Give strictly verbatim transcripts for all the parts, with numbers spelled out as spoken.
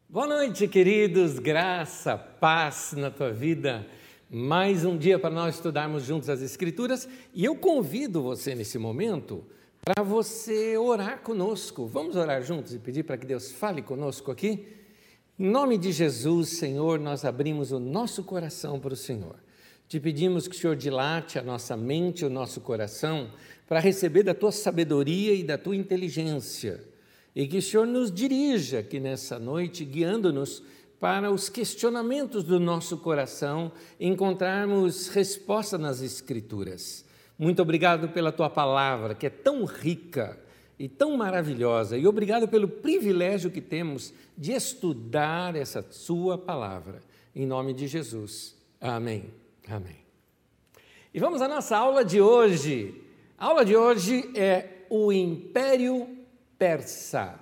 Boa noite, queridos, graça, paz na tua vida. Mais um dia para nós estudarmos juntos as Escrituras e eu convido você nesse momento para você orar conosco. Vamos orar juntos e pedir para que Deus fale conosco aqui? Em nome de Jesus, Senhor, nós abrimos o nosso coração para o Senhor. Te pedimos que o Senhor dilate a nossa mente, o nosso coração, para receber da tua sabedoria e da tua inteligência. E que o Senhor nos dirija aqui nessa noite, guiando-nos para os questionamentos do nosso coração, encontrarmos resposta nas Escrituras. Muito obrigado pela Tua palavra, que é tão rica e tão maravilhosa, e obrigado pelo privilégio que temos de estudar essa Sua palavra. Em nome de Jesus. Amém. Amém. E vamos à nossa aula de hoje. A aula de hoje é o Império Persa.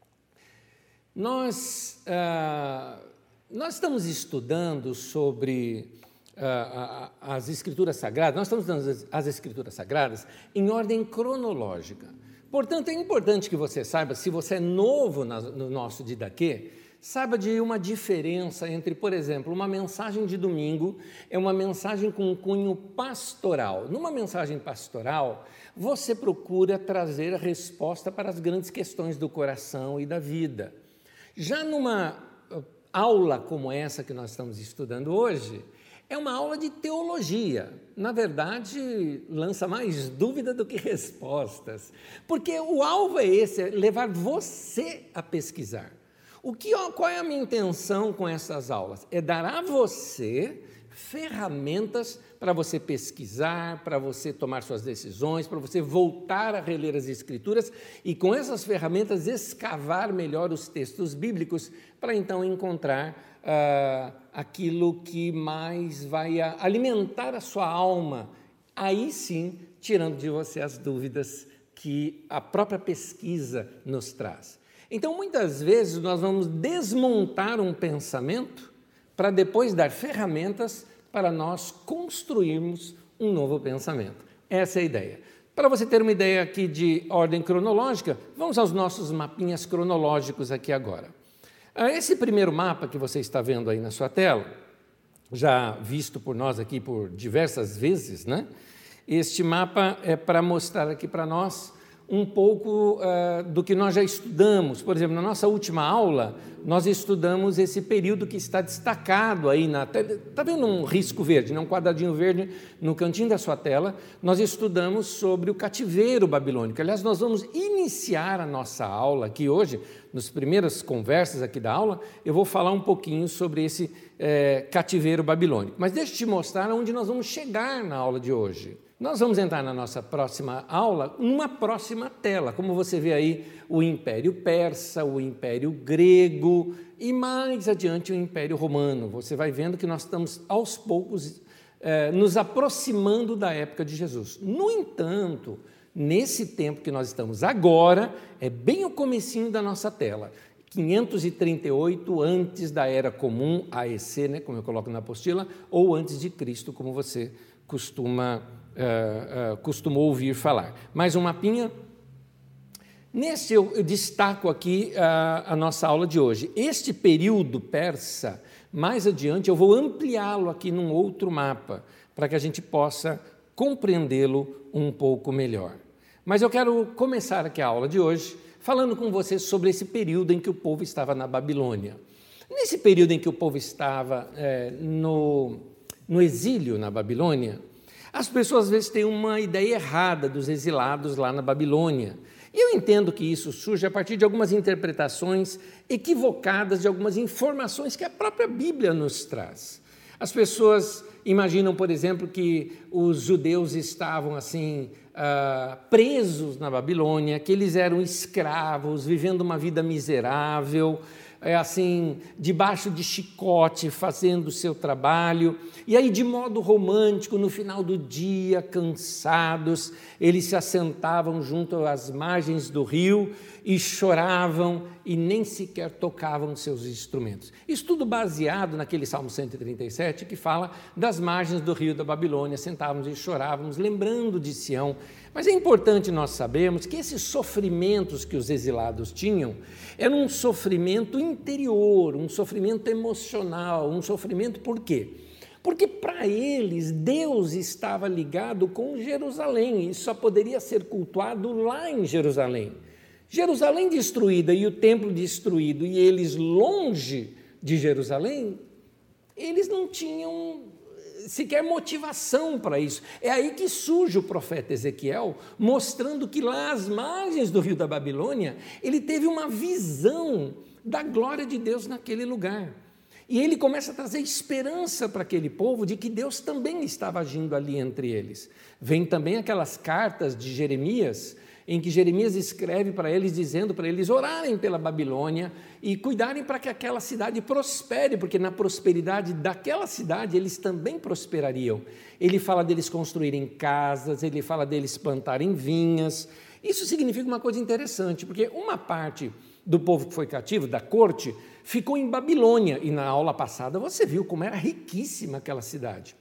Nós, ah, nós estamos estudando sobre ah, as Escrituras Sagradas, nós estamos estudando as, as Escrituras Sagradas em ordem cronológica. Portanto, é importante que você saiba, se você é novo na, no nosso Didaquê, saiba de uma diferença entre, por exemplo, uma mensagem de domingo é uma mensagem com um cunho pastoral. Numa mensagem pastoral, você procura trazer a resposta para as grandes questões do coração e da vida. Já numa aula como essa que nós estamos estudando hoje, é uma aula de teologia. Na verdade, lança mais dúvida do que respostas, porque o alvo é esse, é levar você a pesquisar. O que, qual é a minha intenção com essas aulas? É dar a você ferramentas para você pesquisar, para você tomar suas decisões, para você voltar a reler as Escrituras e, com essas ferramentas, escavar melhor os textos bíblicos para, então, encontrar ah, aquilo que mais vai alimentar a sua alma. Aí, sim, tirando de você as dúvidas que a própria pesquisa nos traz. Então, muitas vezes, nós vamos desmontar um pensamento para depois dar ferramentas para nós construirmos um novo pensamento. Essa é a ideia. Para você ter uma ideia aqui de ordem cronológica, vamos aos nossos mapinhas cronológicos aqui agora. Esse primeiro mapa que você está vendo aí na sua tela, já visto por nós aqui por diversas vezes, né? Este mapa é para mostrar aqui para nós um pouco uh, do que nós já estudamos. Por exemplo, na nossa última aula, nós estudamos esse período que está destacado aí na tela. Está vendo um risco verde, né? Um quadradinho verde no cantinho da sua tela? Nós estudamos sobre o cativeiro babilônico. Aliás, nós vamos iniciar a nossa aula aqui hoje, nas primeiras conversas aqui da aula, eu vou falar um pouquinho sobre esse eh, cativeiro babilônico. Mas deixa eu te mostrar onde nós vamos chegar na aula de hoje. Nós vamos entrar na nossa próxima aula, numa próxima tela, como você vê aí, o Império Persa, o Império Grego e mais adiante o Império Romano. Você vai vendo que nós estamos, aos poucos, eh, nos aproximando da época de Jesus. No entanto, nesse tempo que nós estamos agora, é bem o comecinho da nossa tela, quinhentos e trinta e oito antes da Era Comum, A E C, né, como eu coloco na apostila, ou antes de Cristo, como você costuma Uh, uh, costumou ouvir falar. Mais um mapinha. Nesse eu, eu destaco aqui uh, a nossa aula de hoje. Este período persa, mais adiante, eu vou ampliá-lo aqui num outro mapa, para que a gente possa compreendê-lo um pouco melhor. Mas eu quero começar aqui a aula de hoje falando com vocês sobre esse período em que o povo estava na Babilônia. Nesse período em que o povo estava eh, no, no exílio na Babilônia, as pessoas às vezes têm uma ideia errada dos exilados lá na Babilônia. E eu entendo que isso surge a partir de algumas interpretações equivocadas de algumas informações que a própria Bíblia nos traz. As pessoas imaginam, por exemplo, que os judeus estavam assim uh, presos na Babilônia, que eles eram escravos, vivendo uma vida miserável, é assim, debaixo de chicote, fazendo o seu trabalho, e aí de modo romântico, no final do dia, cansados, eles se assentavam junto às margens do rio, e choravam e nem sequer tocavam seus instrumentos. Isso tudo baseado naquele Salmo cento e trinta e sete que fala das margens do rio da Babilônia, sentávamos e chorávamos, lembrando de Sião. Mas é importante nós sabermos que esses sofrimentos que os exilados tinham eram um sofrimento interior, um sofrimento emocional, um sofrimento por quê? Porque para eles Deus estava ligado com Jerusalém e só poderia ser cultuado lá em Jerusalém. Jerusalém destruída e o templo destruído e eles longe de Jerusalém, eles não tinham sequer motivação para isso. É aí que surge o profeta Ezequiel, mostrando que lá às margens do rio da Babilônia, ele teve uma visão da glória de Deus naquele lugar. E ele começa a trazer esperança para aquele povo de que Deus também estava agindo ali entre eles. Vem também aquelas cartas de Jeremias, em que Jeremias escreve para eles, dizendo para eles orarem pela Babilônia e cuidarem para que aquela cidade prospere, porque na prosperidade daquela cidade eles também prosperariam. Ele fala deles construírem casas, ele fala deles plantarem vinhas. Isso significa uma coisa interessante, porque uma parte do povo que foi cativo, da corte, ficou em Babilônia, e na aula passada você viu como era riquíssima aquela cidade.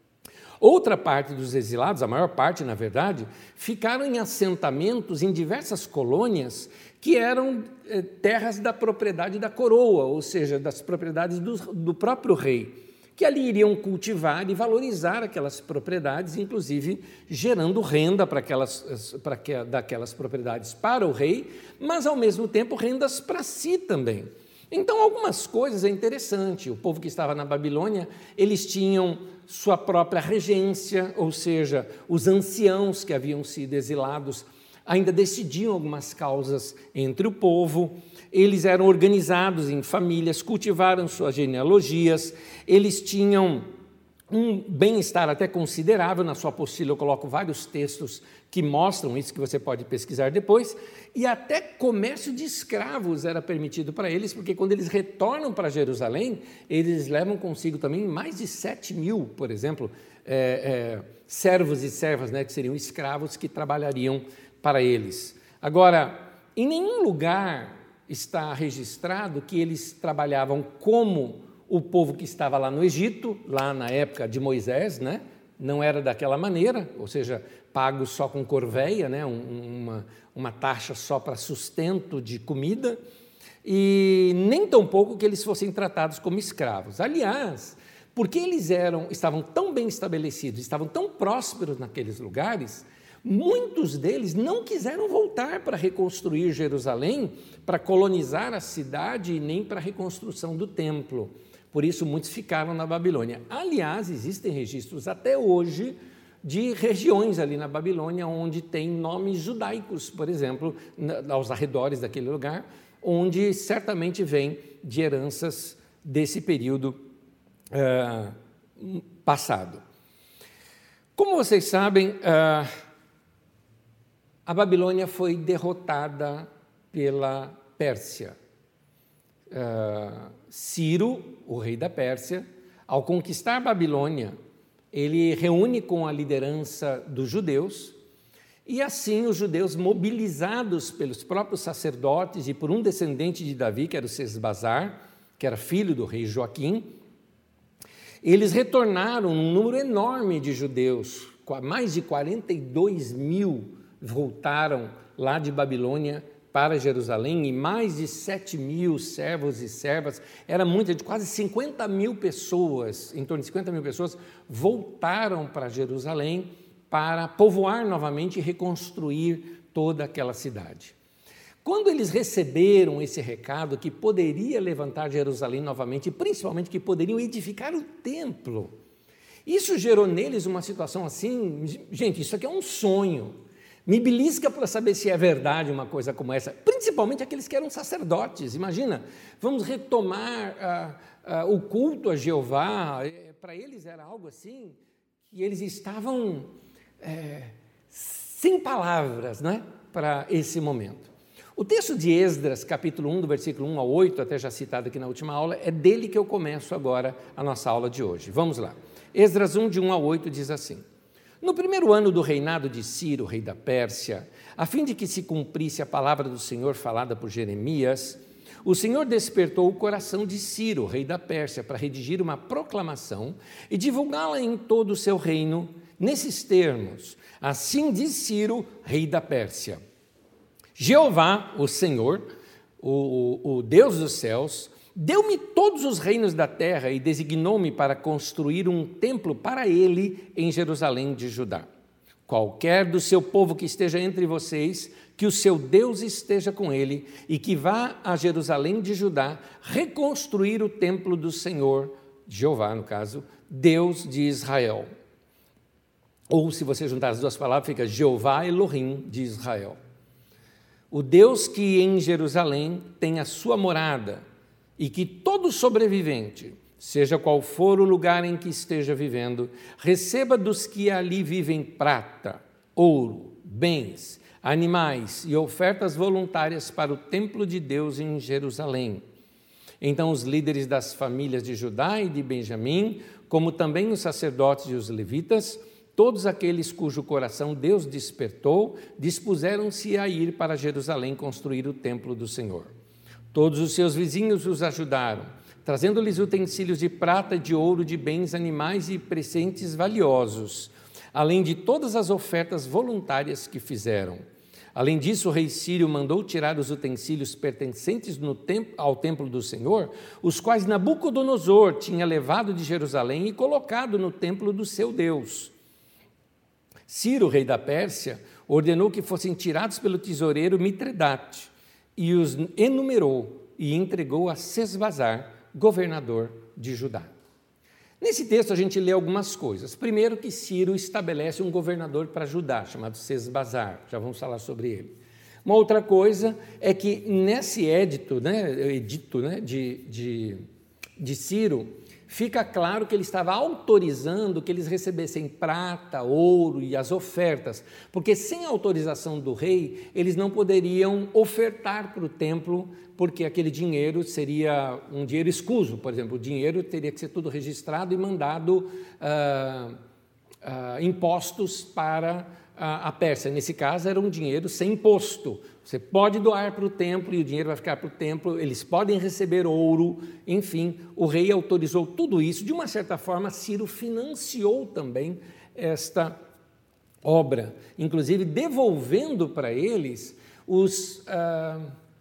Outra parte dos exilados, a maior parte, na verdade, ficaram em assentamentos em diversas colônias que eram eh, terras da propriedade da coroa, ou seja, das propriedades do, do próprio rei, que ali iriam cultivar e valorizar aquelas propriedades, inclusive gerando renda para aquelas, para que, daquelas propriedades para o rei, mas, ao mesmo tempo, rendas para si também. Então, algumas coisas é interessante. O povo que estava na Babilônia, eles tinham sua própria regência, ou seja, os anciãos que haviam sido exilados ainda decidiam algumas causas entre o povo, eles eram organizados em famílias, cultivaram suas genealogias, eles tinham um bem-estar até considerável. Na sua apostila eu coloco vários textos que mostram isso, que você pode pesquisar depois, e até comércio de escravos era permitido para eles, porque quando eles retornam para Jerusalém, eles levam consigo também mais de sete mil, por exemplo, é, é, servos e servas, né, que seriam escravos que trabalhariam para eles. Agora, em nenhum lugar está registrado que eles trabalhavam como o povo que estava lá no Egito, lá na época de Moisés, né? Não era daquela maneira, ou seja, pagos só com corveia, né? um, uma, uma taxa só para sustento de comida, e nem tampouco que eles fossem tratados como escravos. Aliás, porque eles eram, estavam tão bem estabelecidos, estavam tão prósperos naqueles lugares, muitos deles não quiseram voltar para reconstruir Jerusalém, para colonizar a cidade e nem para a reconstrução do templo. Por isso, muitos ficaram na Babilônia. Aliás, existem registros até hoje de regiões ali na Babilônia onde tem nomes judaicos, por exemplo, aos arredores daquele lugar, onde certamente vem de heranças desse período uh, passado. Como vocês sabem, uh, a Babilônia foi derrotada pela Pérsia. Uh, Ciro, o rei da Pérsia, ao conquistar a Babilônia, ele reúne com a liderança dos judeus, e assim os judeus, mobilizados pelos próprios sacerdotes e por um descendente de Davi, que era o Sesbazar, que era filho do rei Joaquim, eles retornaram um número enorme de judeus, mais de quarenta e dois mil voltaram lá de Babilônia para Jerusalém, e mais de sete mil servos e servas, era muita, de quase cinquenta mil pessoas, em torno de cinquenta mil pessoas, voltaram para Jerusalém para povoar novamente e reconstruir toda aquela cidade. Quando eles receberam esse recado que poderia levantar Jerusalém novamente, e principalmente que poderiam edificar o templo, isso gerou neles uma situação assim, gente, isso aqui é um sonho. Me belisca para saber se é verdade uma coisa como essa, principalmente aqueles que eram sacerdotes. Imagina, vamos retomar ah, ah, o culto a Jeová. Para eles era algo assim, que eles estavam é, sem palavras, né, para esse momento. O texto de Esdras, capítulo um, do versículo um ao oito, até já citado aqui na última aula, é dele que eu começo agora a nossa aula de hoje. Vamos lá. Esdras um, de um a oito, diz assim: No primeiro ano do reinado de Ciro, rei da Pérsia, a fim de que se cumprisse a palavra do Senhor falada por Jeremias, o Senhor despertou o coração de Ciro, rei da Pérsia, para redigir uma proclamação e divulgá-la em todo o seu reino, nesses termos: assim diz Ciro, rei da Pérsia: Jeová, o Senhor, o, o, o Deus dos céus, deu-me todos os reinos da terra e designou-me para construir um templo para ele em Jerusalém de Judá. Qualquer do seu povo que esteja entre vocês, que o seu Deus esteja com ele e que vá a Jerusalém de Judá reconstruir o templo do Senhor, Jeová, no caso, Deus de Israel. Ou, se você juntar as duas palavras, fica Jeová Elohim de Israel. O Deus que em Jerusalém tem a sua morada, e que todo sobrevivente, seja qual for o lugar em que esteja vivendo, receba dos que ali vivem prata, ouro, bens, animais e ofertas voluntárias para o templo de Deus em Jerusalém. Então os líderes das famílias de Judá e de Benjamim, como também os sacerdotes e os levitas, todos aqueles cujo coração Deus despertou, dispuseram-se a ir para Jerusalém construir o templo do Senhor. Todos os seus vizinhos os ajudaram, trazendo-lhes utensílios de prata, de ouro, de bens, animais e presentes valiosos, além de todas as ofertas voluntárias que fizeram. Além disso, o rei Sírio mandou tirar os utensílios pertencentes no templo, ao templo do Senhor, os quais Nabucodonosor tinha levado de Jerusalém e colocado no templo do seu Deus. Ciro, rei da Pérsia, ordenou que fossem tirados pelo tesoureiro Mitredate, e os enumerou e entregou a Sesbazar, governador de Judá. Nesse texto a gente lê algumas coisas. Primeiro, que Ciro estabelece um governador para Judá, chamado Sesbazar, já vamos falar sobre ele. Uma outra coisa é que nesse edito, né, edito né, de, de, de Ciro, fica claro que ele estava autorizando que eles recebessem prata, ouro e as ofertas, porque sem autorização do rei, eles não poderiam ofertar para o templo, porque aquele dinheiro seria um dinheiro escuso. Por exemplo, o dinheiro teria que ser tudo registrado e mandado ah, ah, impostos para a, a Pérsia. Nesse caso, era um dinheiro sem imposto. Você pode doar para o templo e o dinheiro vai ficar para o templo, eles podem receber ouro, enfim, o rei autorizou tudo isso. De uma certa forma, Ciro financiou também esta obra, inclusive devolvendo para eles os, ah,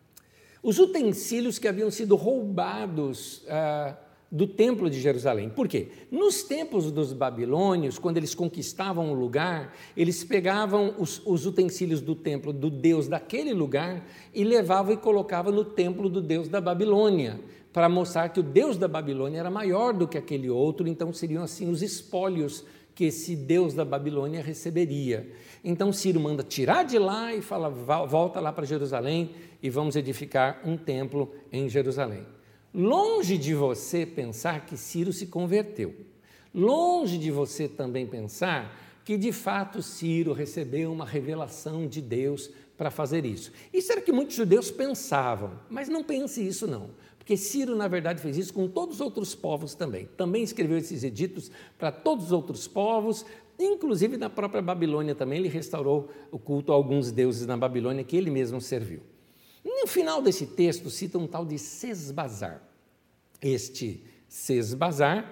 os utensílios que haviam sido roubados ah, do templo de Jerusalém. Por quê? Nos tempos dos babilônios, quando eles conquistavam o lugar, eles pegavam os, os utensílios do templo do Deus daquele lugar e levavam e colocavam no templo do Deus da Babilônia, para mostrar que o Deus da Babilônia era maior do que aquele outro, então seriam assim os espólios que esse Deus da Babilônia receberia. Então Ciro manda tirar de lá e fala, volta lá para Jerusalém e vamos edificar um templo em Jerusalém. Longe de você pensar que Ciro se converteu, longe de você também pensar que de fato Ciro recebeu uma revelação de Deus para fazer isso. Isso era o que muitos judeus pensavam, mas não pense isso não, porque Ciro na verdade fez isso com todos os outros povos também, também escreveu esses editos para todos os outros povos, inclusive na própria Babilônia também, ele restaurou o culto a alguns deuses na Babilônia que ele mesmo serviu. No final desse texto, cita um tal de Sesbazar. Este Sesbazar,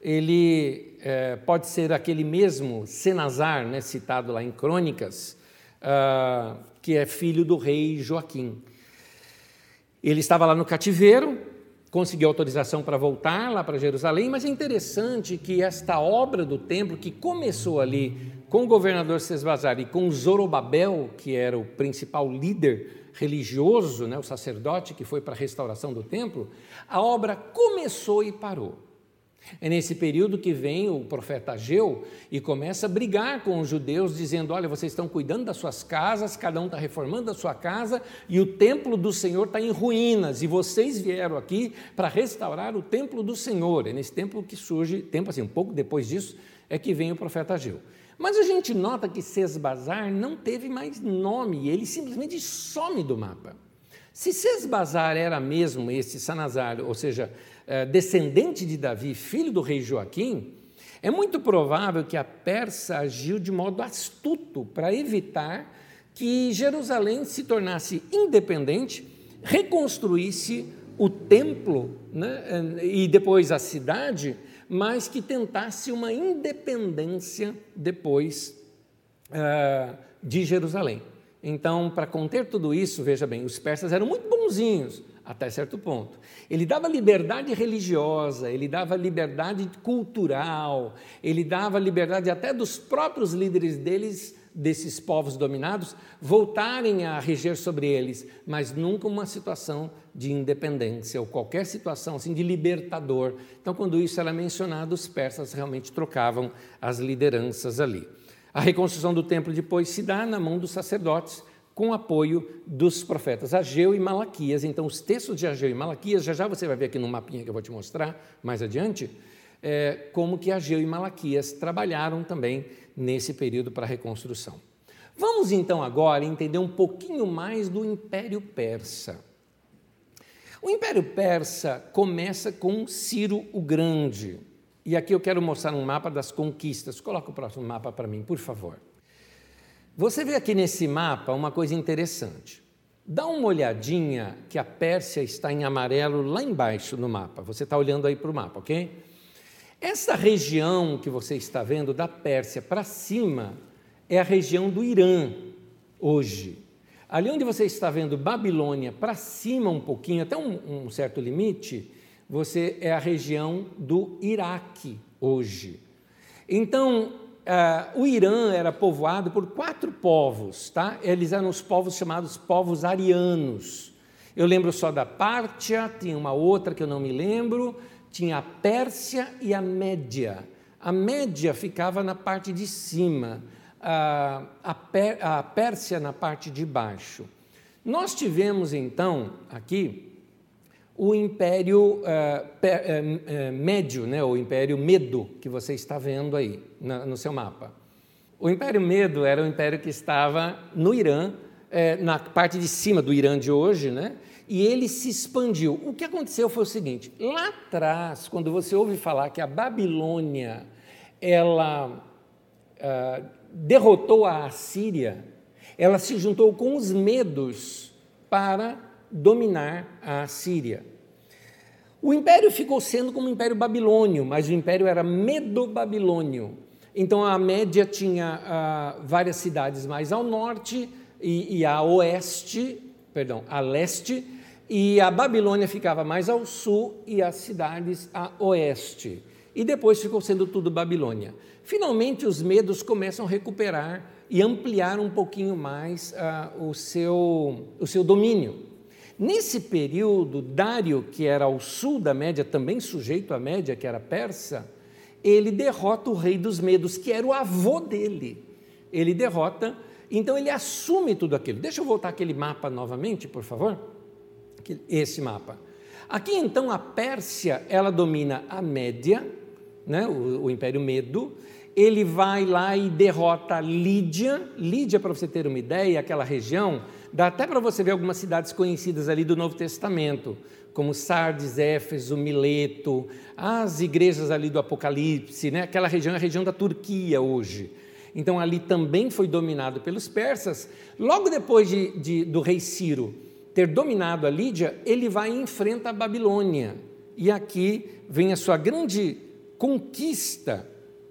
ele é, pode ser aquele mesmo Senazar, né, citado lá em Crônicas, uh, que é filho do rei Joaquim. Ele estava lá no cativeiro, conseguiu autorização para voltar lá para Jerusalém, mas é interessante que esta obra do templo, que começou ali com o governador Sesbazar e com Zorobabel, que era o principal líder religioso, né, o sacerdote que foi para a restauração do templo, a obra começou e parou. É nesse período que vem o profeta Ageu e começa a brigar com os judeus, dizendo, olha, vocês estão cuidando das suas casas, cada um está reformando a sua casa e o templo do Senhor está em ruínas e vocês vieram aqui para restaurar o templo do Senhor. É nesse tempo que surge, tempo assim, um pouco depois disso, é que vem o profeta Ageu. Mas a gente nota que Sesbazar não teve mais nome, ele simplesmente some do mapa. Se Sesbazar era mesmo esse Sanazar, ou seja, descendente de Davi, filho do rei Joaquim, É muito provável que a Pérsia agiu de modo astuto para evitar que Jerusalém se tornasse independente, reconstruísse o templo, né, e depois a cidade, mas que tentasse uma independência depois uh, de Jerusalém. Então, para conter tudo isso, veja bem, os persas eram muito bonzinhos, até certo ponto. Ele dava liberdade religiosa, ele dava liberdade cultural, ele dava liberdade até dos próprios líderes deles, desses povos dominados, voltarem a reger sobre eles, mas nunca uma situação de independência ou qualquer situação assim de libertador. Então, quando isso era mencionado, os persas realmente trocavam as lideranças ali. A reconstrução do templo depois se dá na mão dos sacerdotes, com apoio dos profetas Ageu e Malaquias. Então, os textos de Ageu e Malaquias, já já você vai ver aqui no mapinha que eu vou te mostrar mais adiante, é, como que Ageu e Malaquias trabalharam também nesse período para a reconstrução. Vamos então agora entender um pouquinho mais do Império Persa. O Império Persa começa com Ciro o Grande. E aqui eu quero mostrar um mapa das conquistas. Coloca o próximo mapa para mim, por favor. Você vê aqui nesse mapa uma coisa interessante. Dá uma olhadinha que a Pérsia está em amarelo lá embaixo no mapa. Você está olhando aí para o mapa, ok? Essa região que você está vendo da Pérsia para cima é a região do Irã hoje. Ali onde você está vendo Babilônia para cima um pouquinho, até um, um certo limite, você é a região do Iraque hoje. Então, Uh, o Irã era povoado por quatro povos, tá? Eles eram os povos chamados povos arianos. Eu lembro só da Pártia, tinha uma outra que eu não me lembro, tinha a Pérsia e a Média. A Média ficava na parte de cima, uh, a, Pér- a Pérsia na parte de baixo. Nós tivemos, então, aqui, o Império uh, per, uh, uh, Médio, né, o Império Medo, que você está vendo aí na, no seu mapa. O Império Medo era o império que estava no Irã, uh, na parte de cima do Irã de hoje, né, e ele se expandiu. O que aconteceu foi o seguinte, lá atrás, quando você ouve falar que a Babilônia, ela uh, derrotou a Assíria, ela se juntou com os medos para dominar a Síria. O império ficou sendo como o Império Babilônio, mas o império era Medo-Babilônio. Então, a Média tinha ah, várias cidades mais ao norte e, e a oeste, perdão, a leste, e a Babilônia ficava mais ao sul e as cidades a oeste. E depois ficou sendo tudo Babilônia. Finalmente, os medos começam a recuperar e ampliar um pouquinho mais ah, o, seu, o seu domínio. Nesse período, Dário, que era ao sul da Média, também sujeito à Média, que era persa, ele derrota o rei dos medos, que era o avô dele. Ele derrota, então ele assume tudo aquilo. Deixa eu voltar aquele mapa novamente, por favor. Esse mapa. Aqui, então, a Pérsia, ela domina a Média, né, o, o Império Medo. Ele vai lá e derrota Lídia. Lídia, para você ter uma ideia, aquela região, dá até para você ver algumas cidades conhecidas ali do Novo Testamento, como Sardes, Éfeso, Mileto, as igrejas ali do Apocalipse, né? Aquela região é a região da Turquia hoje. Então, ali também foi dominado pelos persas. Logo depois de, de, do rei Ciro ter dominado a Lídia, ele vai e enfrenta a Babilônia. E aqui vem a sua grande conquista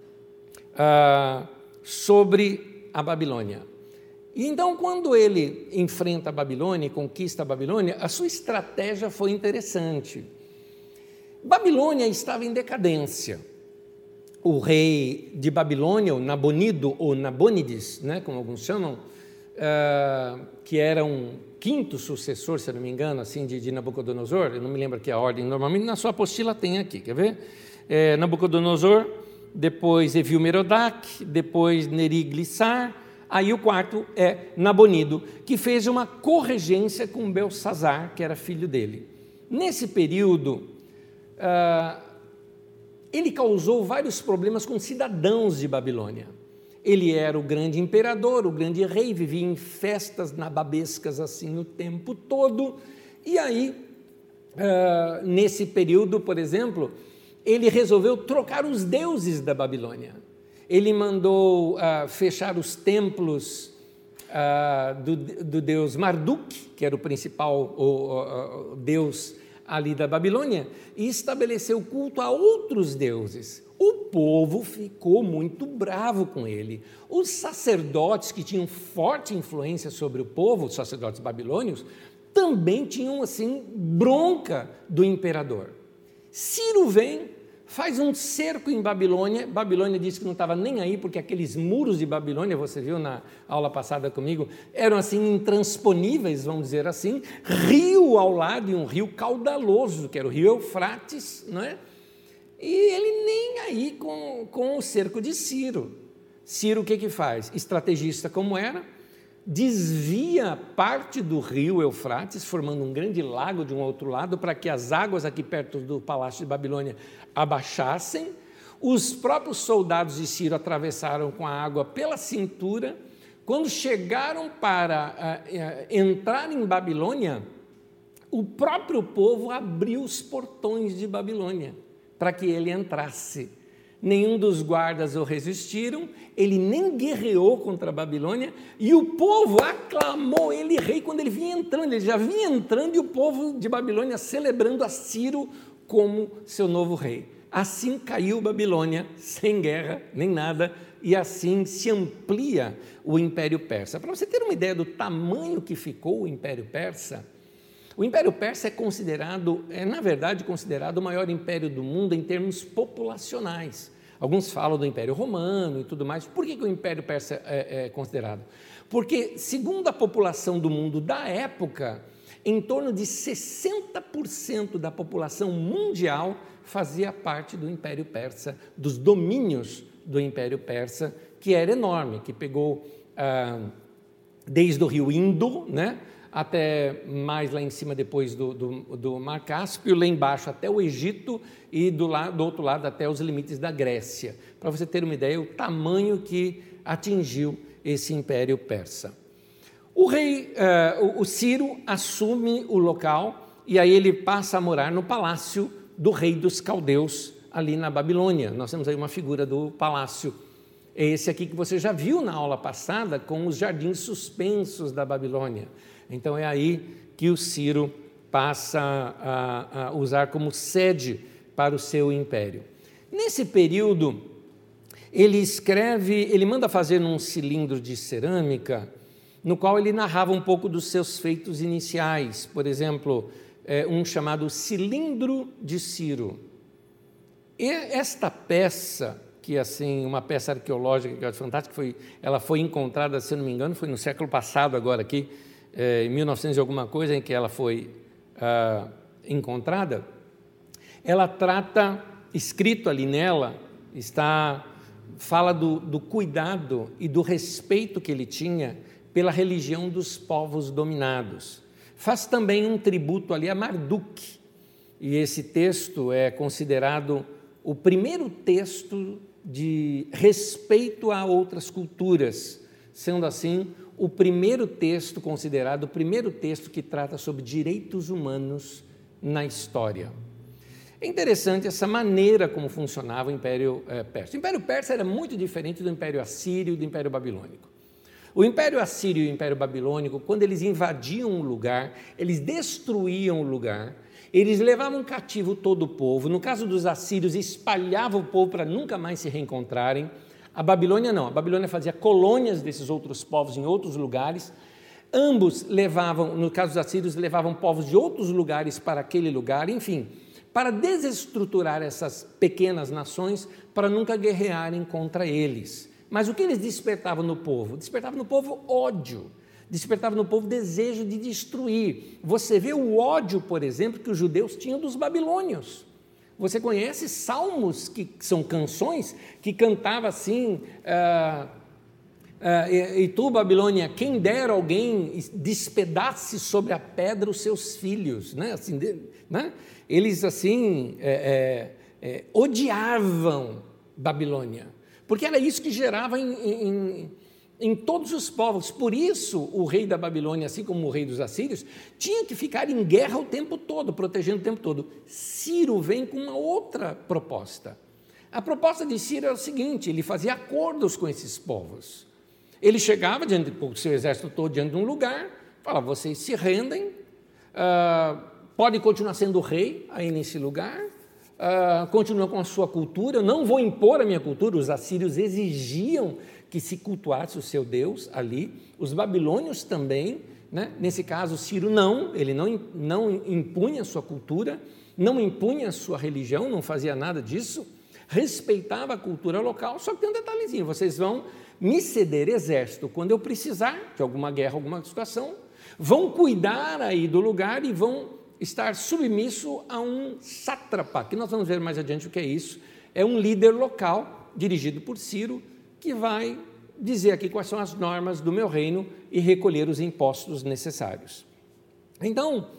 ah, sobre a Babilônia. E então, quando ele enfrenta a Babilônia e conquista a Babilônia, a sua estratégia foi interessante. Babilônia estava em decadência. O rei de Babilônia, o Nabonido, ou Nabônides, né, como alguns chamam, uh, que era um quinto sucessor, se não me engano, assim, de, de Nabucodonosor, eu não me lembro aqui a ordem, normalmente na sua apostila tem aqui, quer ver? É, Nabucodonosor, depois Evil-Merodach, depois Neriglissar, aí o quarto é Nabonido, que fez uma corregência com Belsazar, que era filho dele. Nesse período, uh, ele causou vários problemas com cidadãos de Babilônia. Ele era o grande imperador, o grande rei, vivia em festas nababescas assim o tempo todo. E aí, uh, nesse período, por exemplo, ele resolveu trocar os deuses da Babilônia. Ele mandou uh, fechar os templos uh, do, do deus Marduk, que era o principal o, o, o deus ali da Babilônia, e estabeleceu culto a outros deuses. O povo ficou muito bravo com ele. Os sacerdotes, que tinham forte influência sobre o povo, os sacerdotes babilônios, também tinham, assim, bronca do imperador. Ciro vem, faz um cerco em Babilônia. Babilônia disse que não estava nem aí, porque aqueles muros de Babilônia, você viu na aula passada comigo, eram, assim, intransponíveis, vamos dizer assim. Rio ao lado, e um rio caudaloso, que era o rio Eufrates, não é? E ele nem aí com, com o cerco de Ciro. Ciro o que que faz? Estrategista como era, desvia parte do rio Eufrates, formando um grande lago de um outro lado, para que as águas aqui perto do palácio de Babilônia abaixassem. Os próprios soldados de Ciro atravessaram com a água pela cintura. Quando chegaram para uh, uh, entrar em Babilônia, o próprio povo abriu os portões de Babilônia para que ele entrasse. Nenhum dos guardas o resistiram, ele nem guerreou contra a Babilônia, e o povo aclamou ele rei quando ele vinha entrando. Ele já vinha entrando e o povo de Babilônia celebrando a Ciro como seu novo rei. Assim caiu Babilônia, sem guerra, nem nada, e assim se amplia o Império Persa. Para você ter uma ideia do tamanho que ficou o Império Persa, o Império Persa é considerado, é na verdade considerado o maior império do mundo em termos populacionais. Alguns falam do Império Romano e tudo mais. Por que, que o Império Persa é, é considerado? Porque, segundo a população do mundo da época, em torno de sessenta por cento da população mundial fazia parte do Império Persa, dos domínios do Império Persa, que era enorme, que pegou ah, desde o rio Indo, né? Até mais lá em cima, depois do, do, do Mar Cáspio, lá embaixo até o Egito e do, lado, do outro lado até os limites da Grécia. Para você ter uma ideia, o tamanho que atingiu esse Império Persa. O rei, uh, o Ciro, assume o local e aí ele passa a morar no palácio do rei dos caldeus, ali na Babilônia. Nós temos aí uma figura do palácio. É esse aqui que você já viu na aula passada com os jardins suspensos da Babilônia. Então, é aí que o Ciro passa a, a usar como sede para o seu império. Nesse período, ele escreve, ele manda fazer num cilindro de cerâmica, no qual ele narrava um pouco dos seus feitos iniciais. Por exemplo, é, um chamado Cilindro de Ciro. E esta peça, que assim, uma peça arqueológica que é fantástica, foi, ela foi encontrada, se não me engano, foi no século passado agora aqui, É, em mil e novecentos e alguma coisa, em que ela foi ah, encontrada, ela trata, escrito ali nela, está, fala do, do cuidado e do respeito que ele tinha pela religião dos povos dominados. Faz também um tributo ali a Marduk, e esse texto é considerado o primeiro texto de respeito a outras culturas, sendo assim, o primeiro texto considerado, o primeiro texto que trata sobre direitos humanos na história. É interessante essa maneira como funcionava o Império eh, Persa. O Império Persa era muito diferente do Império Assírio e do Império Babilônico. O Império Assírio e o Império Babilônico, quando eles invadiam um lugar, eles destruíam o lugar, eles levavam cativo todo o povo. No caso dos assírios, espalhavam o povo para nunca mais se reencontrarem. A Babilônia não, a Babilônia fazia colônias desses outros povos em outros lugares. Ambos levavam, no caso dos assírios, levavam povos de outros lugares para aquele lugar, enfim, para desestruturar essas pequenas nações, para nunca guerrearem contra eles. Mas o que eles despertavam no povo? Despertavam no povo ódio, despertavam no povo desejo de destruir. Você vê o ódio, por exemplo, que os judeus tinham dos babilônios. Você conhece salmos, que são canções, que cantava assim, ah, ah, e, e tu, Babilônia, quem dera alguém despedace sobre a pedra os seus filhos, né? Assim, né? Eles assim, é, é, é, odiavam Babilônia, porque era isso que gerava em, em, em todos os povos. Por isso, o rei da Babilônia, assim como o rei dos assírios, tinha que ficar em guerra o tempo todo, protegendo o tempo todo. Ciro vem com uma outra proposta. A proposta de Ciro era o seguinte: ele fazia acordos com esses povos. Ele chegava diante do seu exército todo diante de um lugar, falava: vocês se rendem, uh, podem continuar sendo rei aí nesse lugar, uh, continuam com a sua cultura, eu não vou impor a minha cultura. Os assírios exigiam que se cultuasse o seu Deus ali, os babilônios também, né? Nesse caso, Ciro não, ele não, não impunha a sua cultura, não impunha a sua religião, não fazia nada disso, respeitava a cultura local. Só que tem um detalhezinho: vocês vão me ceder exército quando eu precisar de alguma guerra, alguma situação, vão cuidar aí do lugar e vão estar submisso a um sátrapa, que nós vamos ver mais adiante o que é isso. É um líder local, dirigido por Ciro, que vai dizer aqui quais são as normas do meu reino e recolher os impostos necessários. Então,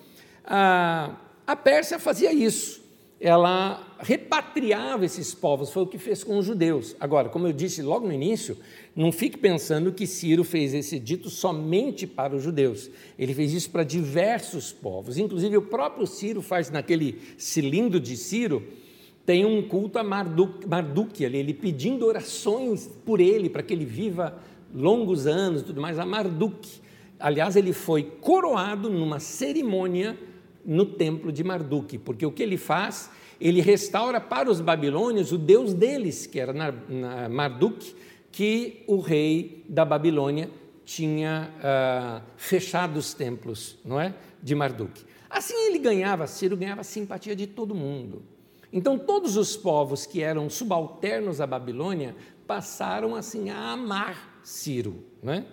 a, a Pérsia fazia isso, ela repatriava esses povos, foi o que fez com os judeus. Agora, como eu disse logo no início, não fique pensando que Ciro fez esse dito somente para os judeus, ele fez isso para diversos povos, inclusive o próprio Ciro faz naquele cilindro de Ciro, tem um culto a Marduk, Marduk ali, ele pedindo orações por ele, para que ele viva longos anos e tudo mais, a Marduk. Aliás, ele foi coroado numa cerimônia no templo de Marduk, porque o que ele faz, ele restaura para os babilônios o deus deles, que era Marduk, que o rei da Babilônia tinha uh, fechado os templos, não é? De Marduk. Assim ele ganhava, Ciro ganhava a simpatia de todo mundo. Então, todos os povos que eram subalternos à Babilônia passaram assim a amar Ciro, não é?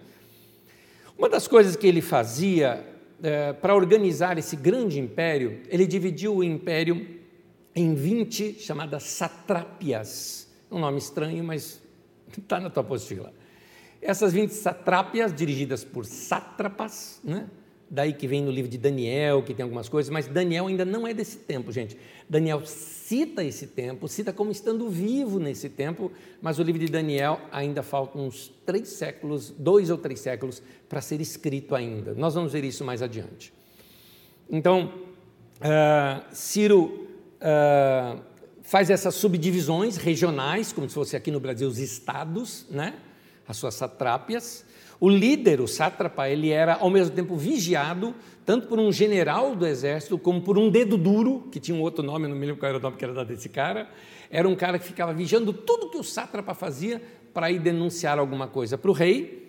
Uma das coisas que ele fazia é, para organizar esse grande império, ele dividiu o império em vinte chamadas satrápias. Um nome estranho, mas está na tua apostila. Essas vinte satrápias, dirigidas por sátrapas, né? Daí que vem no livro de Daniel, que tem algumas coisas, mas Daniel ainda não é desse tempo, gente. Daniel cita esse tempo, cita como estando vivo nesse tempo, mas o livro de Daniel ainda faltam uns três séculos, dois ou três séculos, para ser escrito ainda. Nós vamos ver isso mais adiante. Então, uh, Ciro uh, faz essas subdivisões regionais, como se fosse aqui no Brasil os estados, né? As suas satrápias. O líder, o sátrapa, ele era ao mesmo tempo vigiado, tanto por um general do exército, como por um dedo duro, que tinha um outro nome, não me lembro qual era o nome que era dado desse cara. Era um cara que ficava vigiando tudo que o sátrapa fazia para ir denunciar alguma coisa para o rei.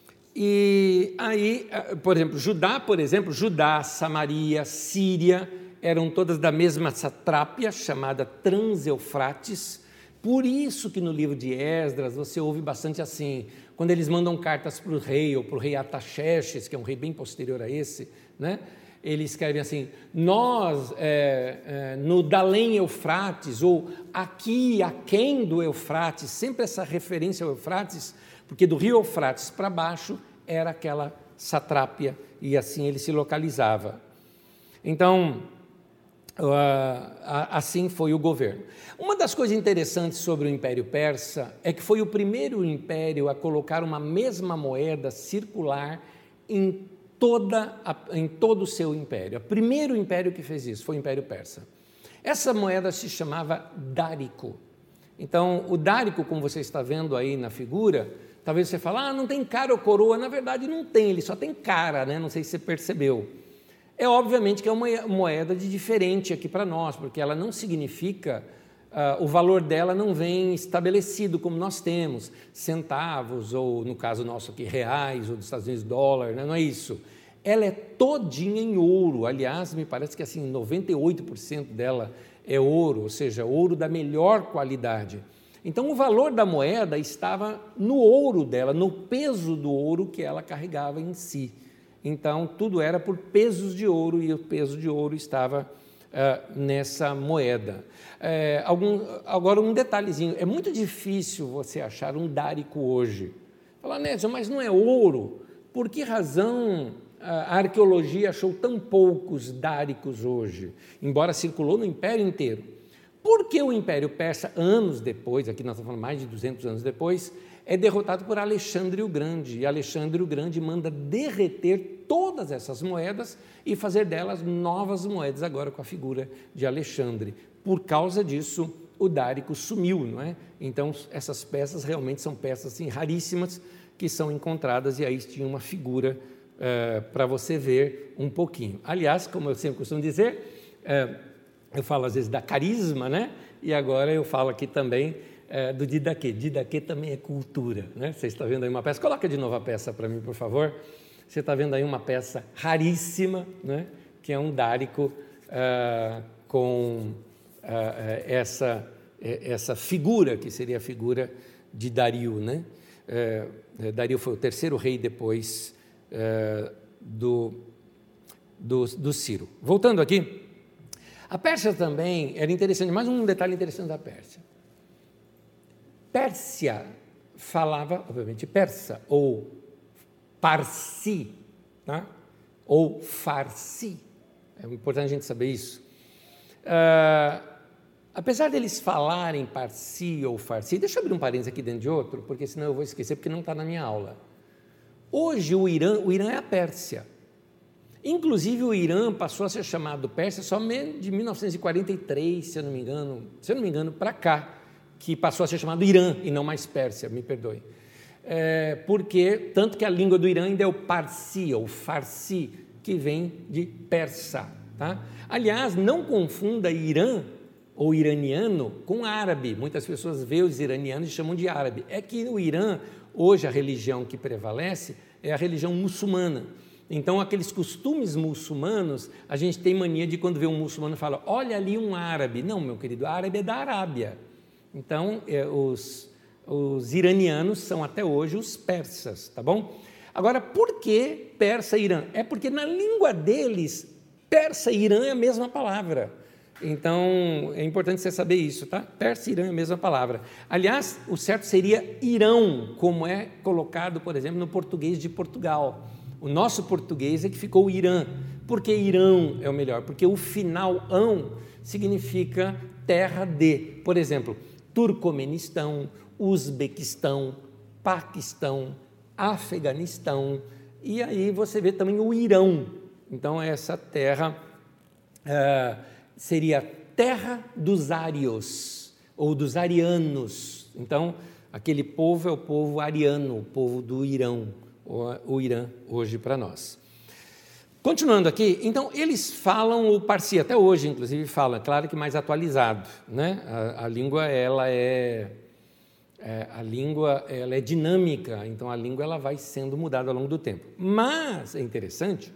E aí, por exemplo, Judá, por exemplo, Judá, Samaria, Síria, eram todas da mesma satrápia, chamada Trans-Eufrates. Por isso que no livro de Esdras você ouve bastante assim, quando eles mandam cartas para o rei, ou para o rei Artaxerxes, que é um rei bem posterior a esse, né? Eles escrevem assim: nós, é, é, no Dalém Eufrates, ou aqui, aquém do Eufrates, sempre essa referência ao Eufrates, porque do rio Eufrates para baixo era aquela satrápia, e assim ele se localizava. Então, assim foi o governo. Uma das coisas interessantes sobre o Império Persa é que foi o primeiro império a colocar uma mesma moeda circular em, toda a, em todo o seu império. O primeiro império que fez isso foi o Império Persa. Essa moeda se chamava dárico. Então, o dárico, como você está vendo aí na figura, talvez você fale: ah, não tem cara ou coroa. Na verdade, não tem, ele só tem cara, né? Não sei se você percebeu. É obviamente que é uma moeda de diferente aqui para nós, porque ela não significa, uh, o valor dela não vem estabelecido como nós temos, centavos, ou no caso nosso aqui, reais, ou dos Estados Unidos, dólar, né? Não é isso. Ela é todinha em ouro, aliás, me parece que assim, noventa e oito por cento dela é ouro, ou seja, ouro da melhor qualidade. Então, o valor da moeda estava no ouro dela, no peso do ouro que ela carregava em si. Então, tudo era por pesos de ouro, e o peso de ouro estava uh, nessa moeda. É, algum, agora, um detalhezinho: é muito difícil você achar um dárico hoje. Fala: Nézio, mas não é ouro? Por que razão a arqueologia achou tão poucos dáricos hoje, embora circulou no império inteiro? Por que o Império Persa, anos depois, aqui nós estamos falando mais de duzentos anos depois, é derrotado por Alexandre o Grande, e Alexandre o Grande manda derreter todas essas moedas e fazer delas novas moedas, agora com a figura de Alexandre. Por causa disso, o Dárico sumiu, não é? Então, essas peças realmente são peças assim, raríssimas, que são encontradas, e aí tinha uma figura uh, para você ver um pouquinho. Aliás, como eu sempre costumo dizer, uh, eu falo às vezes da carisma, né? E agora eu falo aqui também uh, do Didaquê. Didaquê também é cultura, né? Você está vendo aí uma peça, coloca de novo a peça para mim, por favor. Você está vendo aí uma peça raríssima, né? Que é um Dárico uh, com uh, essa, essa figura, que seria a figura de Dario, né? Uh, Dario foi o terceiro rei depois uh, do, do, do Ciro. Voltando aqui, a Pérsia também era interessante, mais um detalhe interessante da Pérsia. Pérsia falava, obviamente, persa, ou parsi, tá? Ou farsi. É importante a gente saber isso. Uh, apesar deles falarem parsi ou farsi, deixa eu abrir um parênteses aqui dentro de outro, porque senão eu vou esquecer, porque não está na minha aula. Hoje o Irã, o Irã é a Pérsia. Inclusive o Irã passou a ser chamado Pérsia só de mil novecentos e quarenta e três, se eu não me engano, se eu não me engano, para cá, que passou a ser chamado Irã e não mais Pérsia, me perdoe. É, porque, tanto que a língua do Irã ainda é o parsi, ou farsi, que vem de persa. Tá? Aliás, não confunda Irã ou iraniano com árabe. Muitas pessoas veem os iranianos e chamam de árabe. É que no Irã, hoje, a religião que prevalece é a religião muçulmana. Então, aqueles costumes muçulmanos, a gente tem mania de quando vê um muçulmano fala, olha ali um árabe. Não, meu querido, árabe é da Arábia. Então, é, os, os iranianos são até hoje os persas, tá bom? Agora, por que persa e Irã? É porque na língua deles, persa e Irã é a mesma palavra. Então, é importante você saber isso, tá? Persa e Irã é a mesma palavra. Aliás, o certo seria Irão, como é colocado, por exemplo, no português de Portugal. O nosso português é que ficou Irã. Por que Irão é o melhor? Porque o final ão significa terra de. Por exemplo, Turcomenistão, Uzbequistão, Paquistão, Afeganistão, e aí você vê também o Irão. Então, essa terra uh, seria terra dos ários, ou dos arianos. Então, aquele povo é o povo ariano, o povo do Irão, o Irã hoje para nós. Continuando aqui, então eles falam o parsi, até hoje inclusive falam, claro que mais atualizado, né? A, a língua ela é, é a língua ela é dinâmica, então a língua ela vai sendo mudada ao longo do tempo. Mas é interessante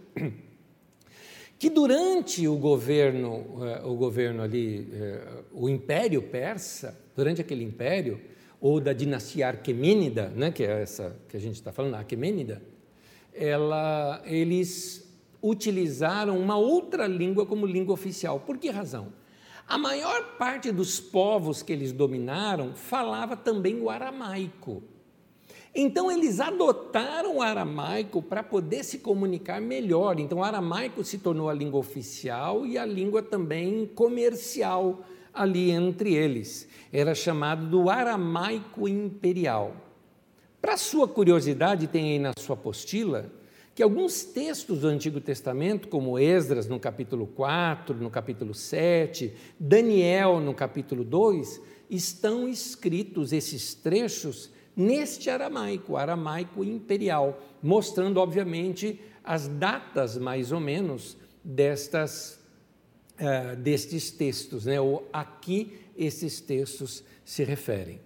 que durante o governo o governo ali o Império Persa, durante aquele império ou da dinastia Aquemênida, né, que é essa que a gente está falando, a Aquemênida, ela, eles utilizaram uma outra língua como língua oficial. Por que razão? A maior parte dos povos que eles dominaram falava também o aramaico. Então, eles adotaram o aramaico para poder se comunicar melhor. Então, o aramaico se tornou a língua oficial e a língua também comercial ali entre eles. Era chamado do aramaico imperial. Para sua curiosidade, tem aí na sua apostila que alguns textos do Antigo Testamento, como Esdras no capítulo quatro, no capítulo sete, Daniel no capítulo dois, estão escritos esses trechos neste aramaico, aramaico imperial, mostrando, obviamente, as datas, mais ou menos, destas, uh, destes textos, né? Ou a que esses textos se referem.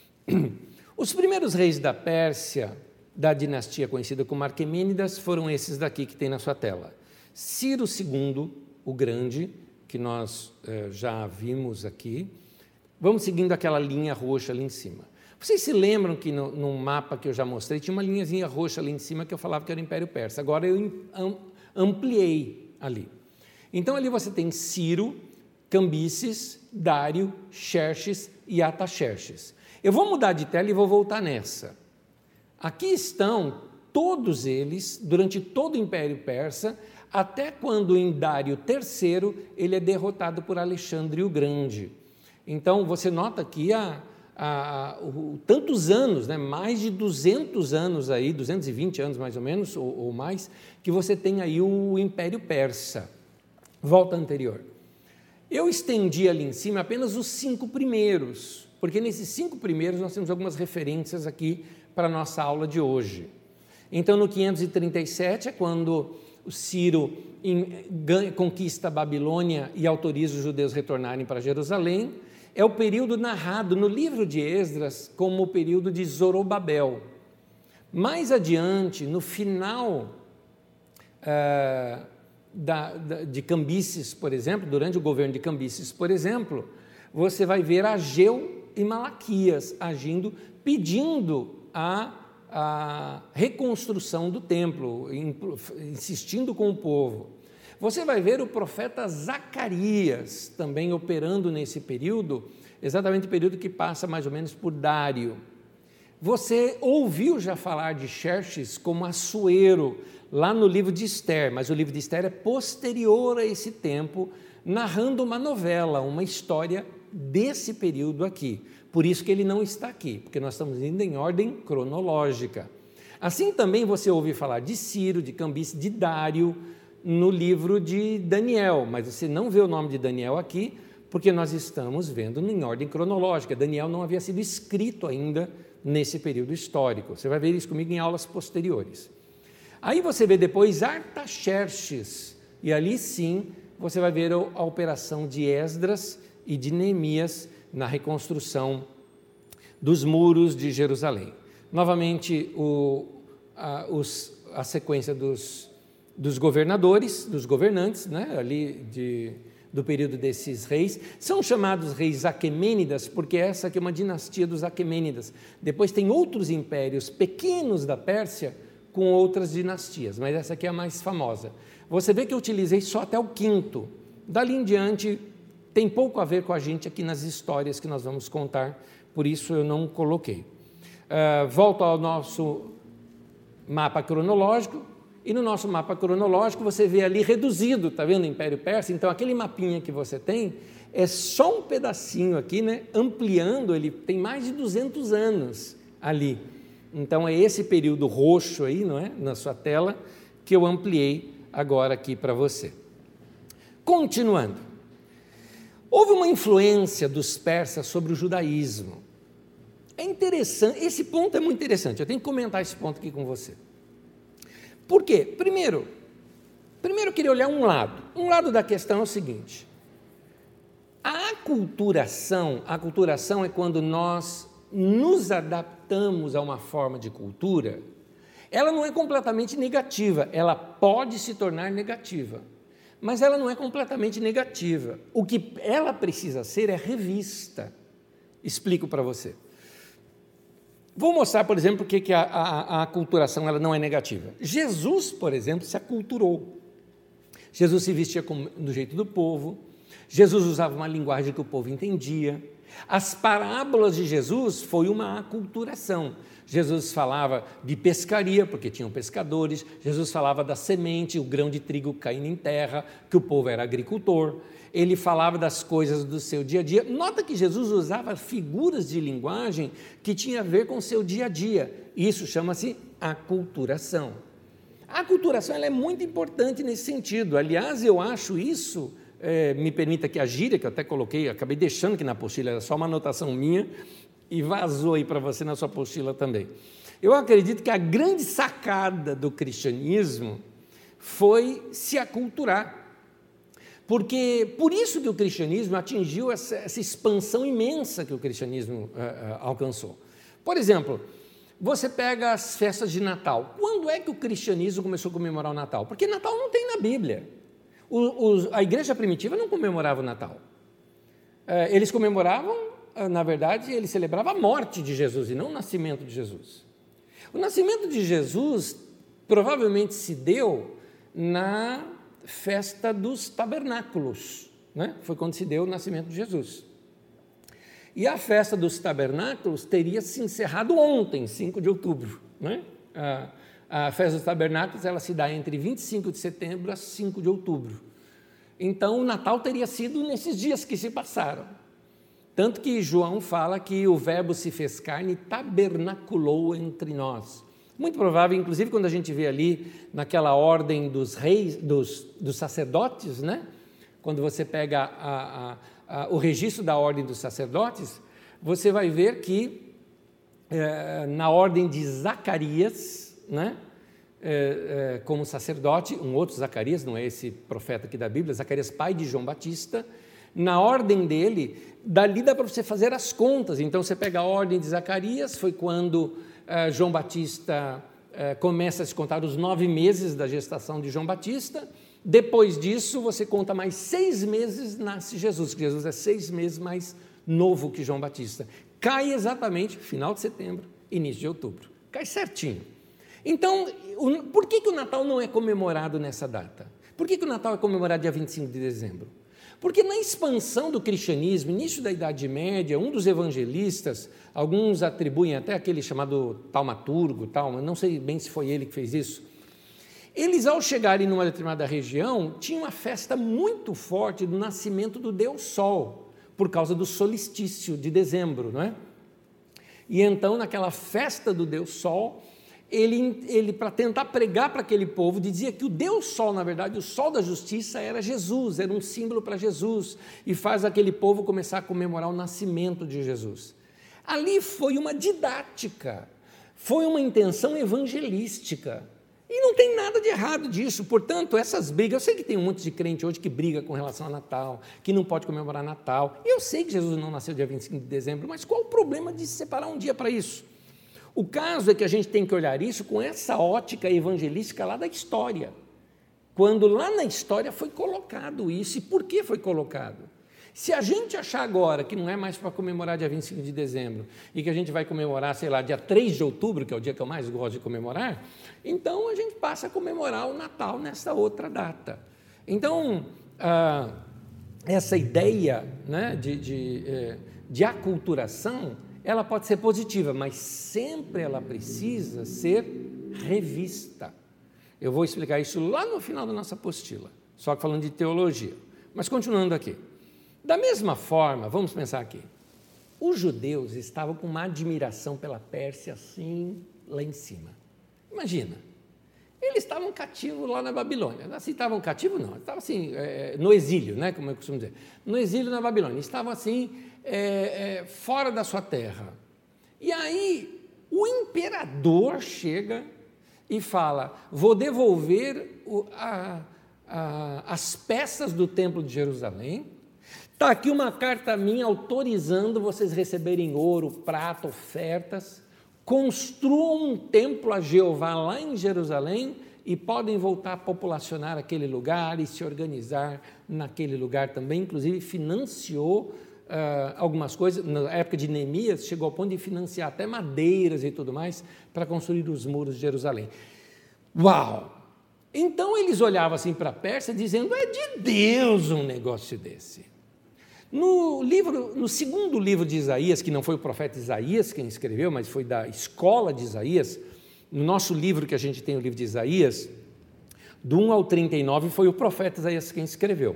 Os primeiros reis da Pérsia, da dinastia conhecida como Aquemênidas, foram esses daqui que tem na sua tela. Ciro segundo, o Grande, que nós uh, já vimos aqui. Vamos seguindo aquela linha roxa ali em cima. Vocês se lembram que no, no mapa que eu já mostrei, tinha uma linhazinha roxa ali em cima que eu falava que era o Império Persa. Agora eu ampliei ali. Então, ali você tem Ciro, Cambises, Dário, Xerxes e Ataxerxes. Eu vou mudar de tela e vou voltar nessa. Aqui estão todos eles, durante todo o Império Persa, até quando em Dário terceiro ele é derrotado por Alexandre o Grande. Então, você nota que há, há, há o, tantos anos, né, mais de duzentos anos, aí, duzentos e vinte anos mais ou menos, ou, ou mais, que você tem aí o Império Persa. Volta anterior. Eu estendi ali em cima apenas os cinco primeiros, porque nesses cinco primeiros nós temos algumas referências aqui para a nossa aula de hoje. Então, no quinhentos e trinta e sete é quando o Ciro conquista a Babilônia e autoriza os judeus a retornarem para Jerusalém. É o período narrado no livro de Esdras como o período de Zorobabel. Mais adiante, no final uh, da, da, de Cambises, por exemplo, durante o governo de Cambises, por exemplo, você vai ver Ageu e Malaquias agindo, pedindo a a reconstrução do templo, insistindo com o povo. Você vai ver o profeta Zacarias também operando nesse período, exatamente o período que passa mais ou menos por Dário. Você ouviu já falar de Xerxes como Assuero, lá no livro de Ester, mas o livro de Ester é posterior a esse tempo, narrando uma novela, uma história desse período aqui. Por isso que ele não está aqui, porque nós estamos indo em ordem cronológica. Assim também você ouve falar de Ciro, de Cambises, de Dário, no livro de Daniel, mas você não vê o nome de Daniel aqui, porque nós estamos vendo em ordem cronológica. Daniel não havia sido escrito ainda nesse período histórico. Você vai ver isso comigo em aulas posteriores. Aí você vê depois Artaxerxes, e ali sim você vai ver a operação de Esdras e de Neemias na reconstrução dos muros de Jerusalém. Novamente, o, a, os, a sequência dos, dos governadores, dos governantes, né, ali de, do período desses reis, são chamados reis Aquemênidas, porque essa aqui é uma dinastia dos Aquemênidas. Depois tem outros impérios pequenos da Pérsia com outras dinastias, mas essa aqui é a mais famosa. Você vê que eu utilizei só até o quinto. Dali em diante, tem pouco a ver com a gente aqui nas histórias que nós vamos contar, por isso eu não coloquei. Uh, volto ao nosso mapa cronológico, e no nosso mapa cronológico você vê ali reduzido, está vendo, o Império Persa? Então, aquele mapinha que você tem é só um pedacinho aqui, né, ampliando, ele tem mais de duzentos anos ali. Então, é esse período roxo aí, não é, na sua tela, que eu ampliei agora aqui para você. Continuando. Houve uma influência dos persas sobre o judaísmo. É interessante, esse ponto é muito interessante, eu tenho que comentar esse ponto aqui com você. Por quê? Primeiro, primeiro eu queria olhar um lado. Um lado da questão é o seguinte: a aculturação, a aculturação é quando nós nos adaptamos a uma forma de cultura, ela não é completamente negativa, ela pode se tornar negativa. Mas ela não é completamente negativa. O que ela precisa ser é revista. Explico para você. Vou mostrar, por exemplo, por que a, a, a aculturação ela não é negativa. Jesus, por exemplo, se aculturou. Jesus se vestia como, do jeito do povo. Jesus usava uma linguagem que o povo entendia. As parábolas de Jesus foi uma aculturação. Jesus falava de pescaria, porque tinham pescadores. Jesus falava da semente, o grão de trigo caindo em terra, que o povo era agricultor. Ele falava das coisas do seu dia a dia. Nota que Jesus usava figuras de linguagem que tinha a ver com o seu dia a dia. Isso chama-se aculturação. A aculturação ela é muito importante nesse sentido. Aliás, eu acho isso, é, me permita que a gíria, que eu até coloquei, acabei deixando aqui na apostila, era só uma anotação minha, e vazou aí para você na sua apostila também. Eu acredito que a grande sacada do cristianismo foi se aculturar. Porque, por isso que o cristianismo atingiu essa, essa expansão imensa que o cristianismo uh, uh, alcançou. Por exemplo, você pega as festas de Natal. Quando é que o cristianismo começou a comemorar o Natal? Porque Natal não tem na Bíblia. O, o, a igreja primitiva não comemorava o Natal. Uh, eles comemoravam, uh, na verdade, eles celebravam a morte de Jesus e não o nascimento de Jesus. O nascimento de Jesus provavelmente se deu na festa dos tabernáculos, né? Foi quando se deu o nascimento de Jesus. E a festa dos tabernáculos teria se encerrado ontem, cinco de outubro, né? A, a festa dos tabernáculos ela se dá entre vinte e cinco de setembro a cinco de outubro. Então, o Natal teria sido nesses dias que se passaram. Tanto que João fala que o verbo se fez carne e tabernaculou entre nós. Muito provável, inclusive, quando a gente vê ali naquela ordem dos reis, dos, dos sacerdotes, né? Quando você pega a, a, a, o registro da ordem dos sacerdotes, você vai ver que é, na ordem de Zacarias, né? É, é, como sacerdote, um outro Zacarias, não é esse profeta aqui da Bíblia, Zacarias, pai de João Batista, na ordem dele, dali dá para você fazer as contas. Então, você pega a ordem de Zacarias, foi quando Uh, João Batista uh, começa a se contar os nove meses da gestação de João Batista. Depois disso, você conta mais seis meses, nasce Jesus, que Jesus é seis meses mais novo que João Batista. Cai exatamente final de setembro, início de outubro. Cai certinho. Então, o, por que, que o Natal não é comemorado nessa data? Por que, que o Natal é comemorado dia vinte e cinco de dezembro? Porque na expansão do cristianismo, início da Idade Média, um dos evangelistas, alguns atribuem até aquele chamado taumaturgo, tal, mas não sei bem se foi ele que fez isso, eles, ao chegarem numa determinada região, tinham uma festa muito forte do nascimento do Deus Sol, por causa do solstício de dezembro, não é? E então, naquela festa do Deus Sol, ele, ele para tentar pregar para aquele povo, dizia que o Deus Sol, na verdade, o Sol da Justiça era Jesus, era um símbolo para Jesus, e faz aquele povo começar a comemorar o nascimento de Jesus. Ali foi uma didática, foi uma intenção evangelística, e não tem nada de errado disso. Portanto, essas brigas, eu sei que tem um monte de crente hoje que briga com relação a Natal, que não pode comemorar Natal, e eu sei que Jesus não nasceu dia vinte e cinco de dezembro, mas qual o problema de separar um dia para isso? O caso é que a gente tem que olhar isso com essa ótica evangelística lá da história, quando lá na história foi colocado isso. E por que foi colocado? Se a gente achar agora que não é mais para comemorar dia vinte e cinco de dezembro e que a gente vai comemorar, sei lá, dia três de outubro, que é o dia que eu mais gosto de comemorar, então a gente passa a comemorar o Natal nessa outra data. Então, ah, essa ideia, né, de, de, de aculturação, ela pode ser positiva, mas sempre ela precisa ser revista. Eu vou explicar isso lá no final da nossa apostila, só que falando de teologia. Mas continuando aqui. Da mesma forma, vamos pensar aqui, os judeus estavam com uma admiração pela Pérsia assim, lá em cima. Imagina, eles estavam cativos lá na Babilônia. Assim, estavam cativos não, estavam assim, é, no exílio, né, como eu costumo dizer. No exílio na Babilônia, estavam assim, É, é, fora da sua terra. E aí o imperador chega e fala, vou devolver o, a, a, as peças do templo de Jerusalém, está aqui uma carta minha autorizando vocês receberem ouro, prata, ofertas, construam um templo a Jeová lá em Jerusalém e podem voltar a populacionar aquele lugar e se organizar naquele lugar também, inclusive financiou Uh, algumas coisas. Na época de Neemias, chegou ao ponto de financiar até madeiras e tudo mais para construir os muros de Jerusalém. Uau! Então eles olhavam assim para a Pérsia dizendo, é de Deus um negócio desse. No, livro, no segundo livro de Isaías, que não foi o profeta Isaías quem escreveu, mas foi da escola de Isaías, no nosso livro que a gente tem, o livro de Isaías, do um ao trinta e nove, foi o profeta Isaías quem escreveu.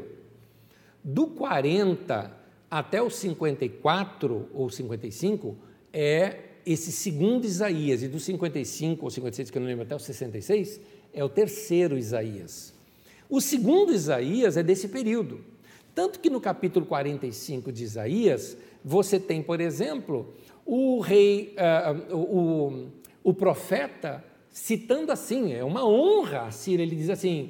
Do quarenta até o cinquenta e quatro ou cinquenta e cinco é esse segundo Isaías, e do cinquenta e cinco ou cinquenta e seis, que eu não lembro, até o sessenta e seis, é o terceiro Isaías. O segundo Isaías é desse período, tanto que no capítulo quarenta e cinco de Isaías, você tem, por exemplo, o rei, uh, o, o profeta citando assim, é uma honra a Ciro, ele diz assim,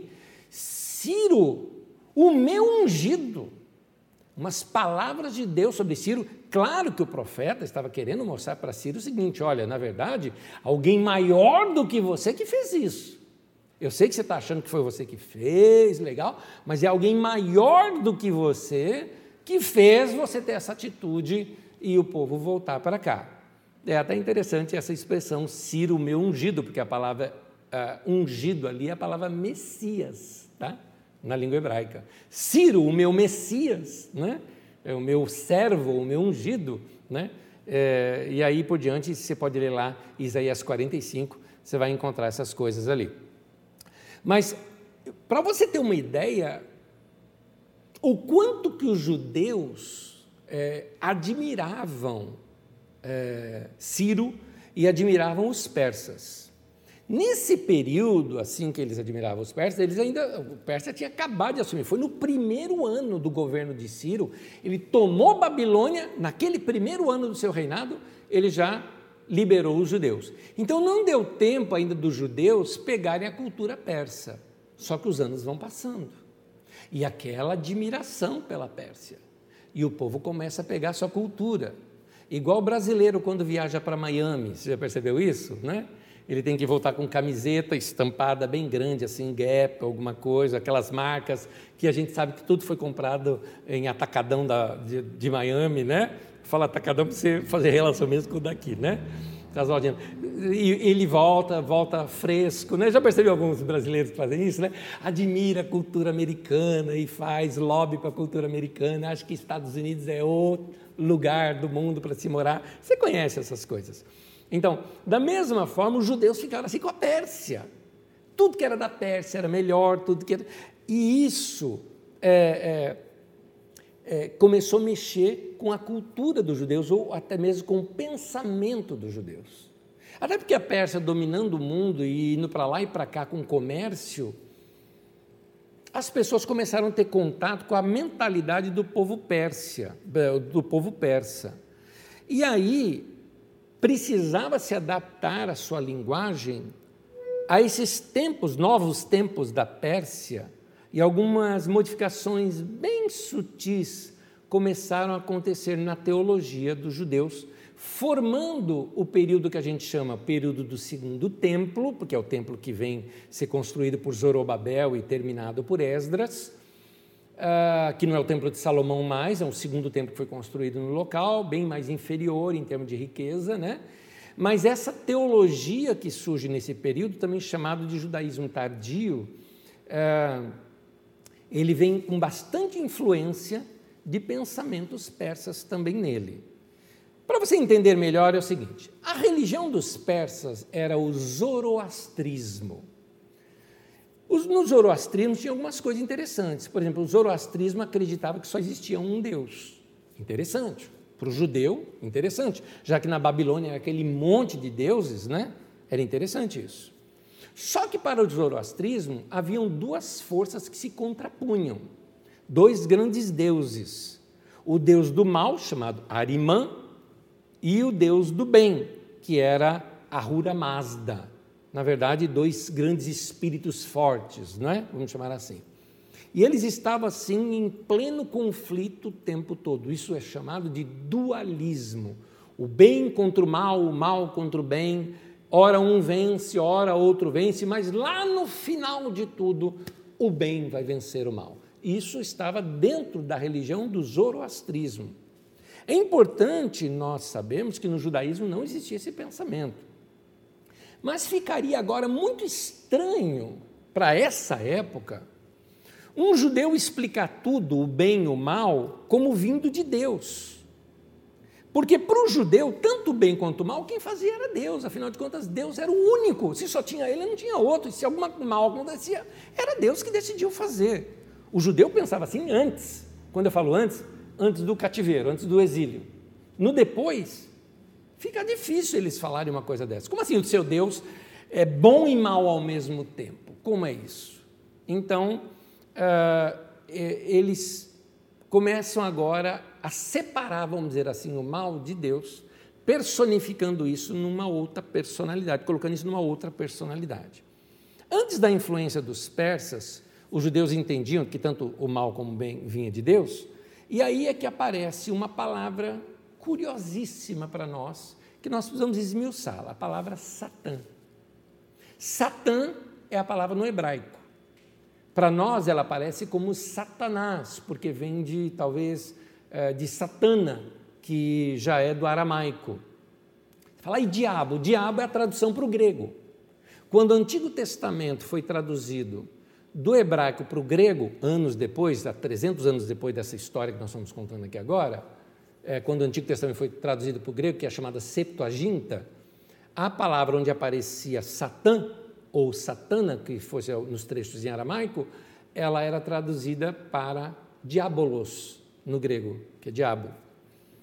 Ciro, o meu ungido, umas palavras de Deus sobre Ciro. Claro que o profeta estava querendo mostrar para Ciro o seguinte, olha, na verdade, alguém maior do que você que fez isso. Eu sei que você está achando que foi você que fez, legal, mas é alguém maior do que você que fez você ter essa atitude e o povo voltar para cá. É até interessante essa expressão, Ciro, meu ungido, porque a palavra uh, ungido ali é a palavra Messias, tá? Na língua hebraica. Ciro, o meu Messias, né? É o meu servo, o meu ungido, né? É, e aí por diante, você pode ler lá Isaías quarenta e cinco, você vai encontrar essas coisas ali. Mas, para você ter uma ideia, o quanto que os judeus é, admiravam é, Ciro e admiravam os persas. Nesse período, assim que eles admiravam os persas, eles ainda, o Pérsia tinha acabado de assumir, foi no primeiro ano do governo de Ciro, ele tomou Babilônia, naquele primeiro ano do seu reinado, ele já liberou os judeus. Então não deu tempo ainda dos judeus pegarem a cultura persa, só que os anos vão passando, e aquela admiração pela Pérsia, e o povo começa a pegar a sua cultura, igual o brasileiro quando viaja para Miami, você já percebeu isso, né? Ele tem que voltar com camiseta estampada bem grande, assim, Gap, alguma coisa, aquelas marcas que a gente sabe que tudo foi comprado em atacadão da, de, de Miami, né? Fala atacadão para você fazer relação mesmo com o daqui, né? E ele volta, volta fresco, né? Já percebeu alguns brasileiros que fazem isso, né? Admira a cultura americana e faz lobby para a cultura americana, acha que Estados Unidos é o lugar do mundo para se morar. Você conhece essas coisas. Então, da mesma forma, os judeus ficaram assim com a Pérsia. Tudo que era da Pérsia era melhor, tudo que era... E isso é, é, é, começou a mexer com a cultura dos judeus, ou até mesmo com o pensamento dos judeus. Até porque a Pérsia, dominando o mundo e indo para lá e para cá com comércio, as pessoas começaram a ter contato com a mentalidade do povo pérsia, do povo persa. E aí precisava se adaptar a sua linguagem a esses tempos, novos tempos da Pérsia, e algumas modificações bem sutis começaram a acontecer na teologia dos judeus, formando o período que a gente chama período do Segundo Templo, porque é o templo que vem ser construído por Zorobabel e terminado por Esdras, Uh, que não é o templo de Salomão mais, é um segundo templo que foi construído no local, bem mais inferior em termos de riqueza, né? Mas essa teologia que surge nesse período, também chamado de judaísmo tardio, uh, ele vem com bastante influência de pensamentos persas também nele. Para você entender melhor é o seguinte, a religião dos persas era o zoroastrismo. No zoroastrismo tinha algumas coisas interessantes. Por exemplo, o zoroastrismo acreditava que só existia um Deus. Interessante. Para o judeu, interessante. Já que na Babilônia era aquele monte de deuses, né? Era interessante isso. Só que para o zoroastrismo haviam duas forças que se contrapunham. Dois grandes deuses. O deus do mal, chamado Arimã, e o deus do bem, que era Ahura Mazda. Na verdade, dois grandes espíritos fortes, não é? Vamos chamar assim. E eles estavam, assim, em pleno conflito o tempo todo. Isso é chamado de dualismo. O bem contra o mal, o mal contra o bem. Ora um vence, ora outro vence, mas lá no final de tudo, o bem vai vencer o mal. Isso estava dentro da religião do zoroastrismo. É importante nós sabermos que no judaísmo não existia esse pensamento. Mas ficaria agora muito estranho para essa época um judeu explicar tudo, o bem e o mal, como vindo de Deus. Porque para o judeu, tanto o bem quanto o mal, quem fazia era Deus, afinal de contas, Deus era o único. Se só tinha ele, não tinha outro. E se alguma mal acontecia, era Deus que decidiu fazer. O judeu pensava assim antes. Quando eu falo antes, antes do cativeiro, antes do exílio. No depois, fica difícil eles falarem uma coisa dessa. Como assim o seu Deus é bom e mal ao mesmo tempo? Como é isso? Então, uh, eles começam agora a separar, vamos dizer assim, o mal de Deus, personificando isso numa outra personalidade, colocando isso numa outra personalidade. Antes da influência dos persas, os judeus entendiam que tanto o mal como o bem vinha de Deus, e aí é que aparece uma palavra curiosíssima para nós, que nós precisamos esmiuçá-la, a palavra Satã. Satã é a palavra no hebraico. Para nós ela aparece como Satanás, porque vem de, talvez, de Satana, que já é do aramaico. Fala aí diabo, diabo é a tradução para o grego. Quando o Antigo Testamento foi traduzido do hebraico para o grego, anos depois, há trezentos anos depois dessa história que nós estamos contando aqui agora, é, quando o Antigo Testamento foi traduzido para o grego, que é a chamada Septuaginta, a palavra onde aparecia Satã, ou Satana, que fosse nos trechos em aramaico, ela era traduzida para diabolos, no grego, que é diabo.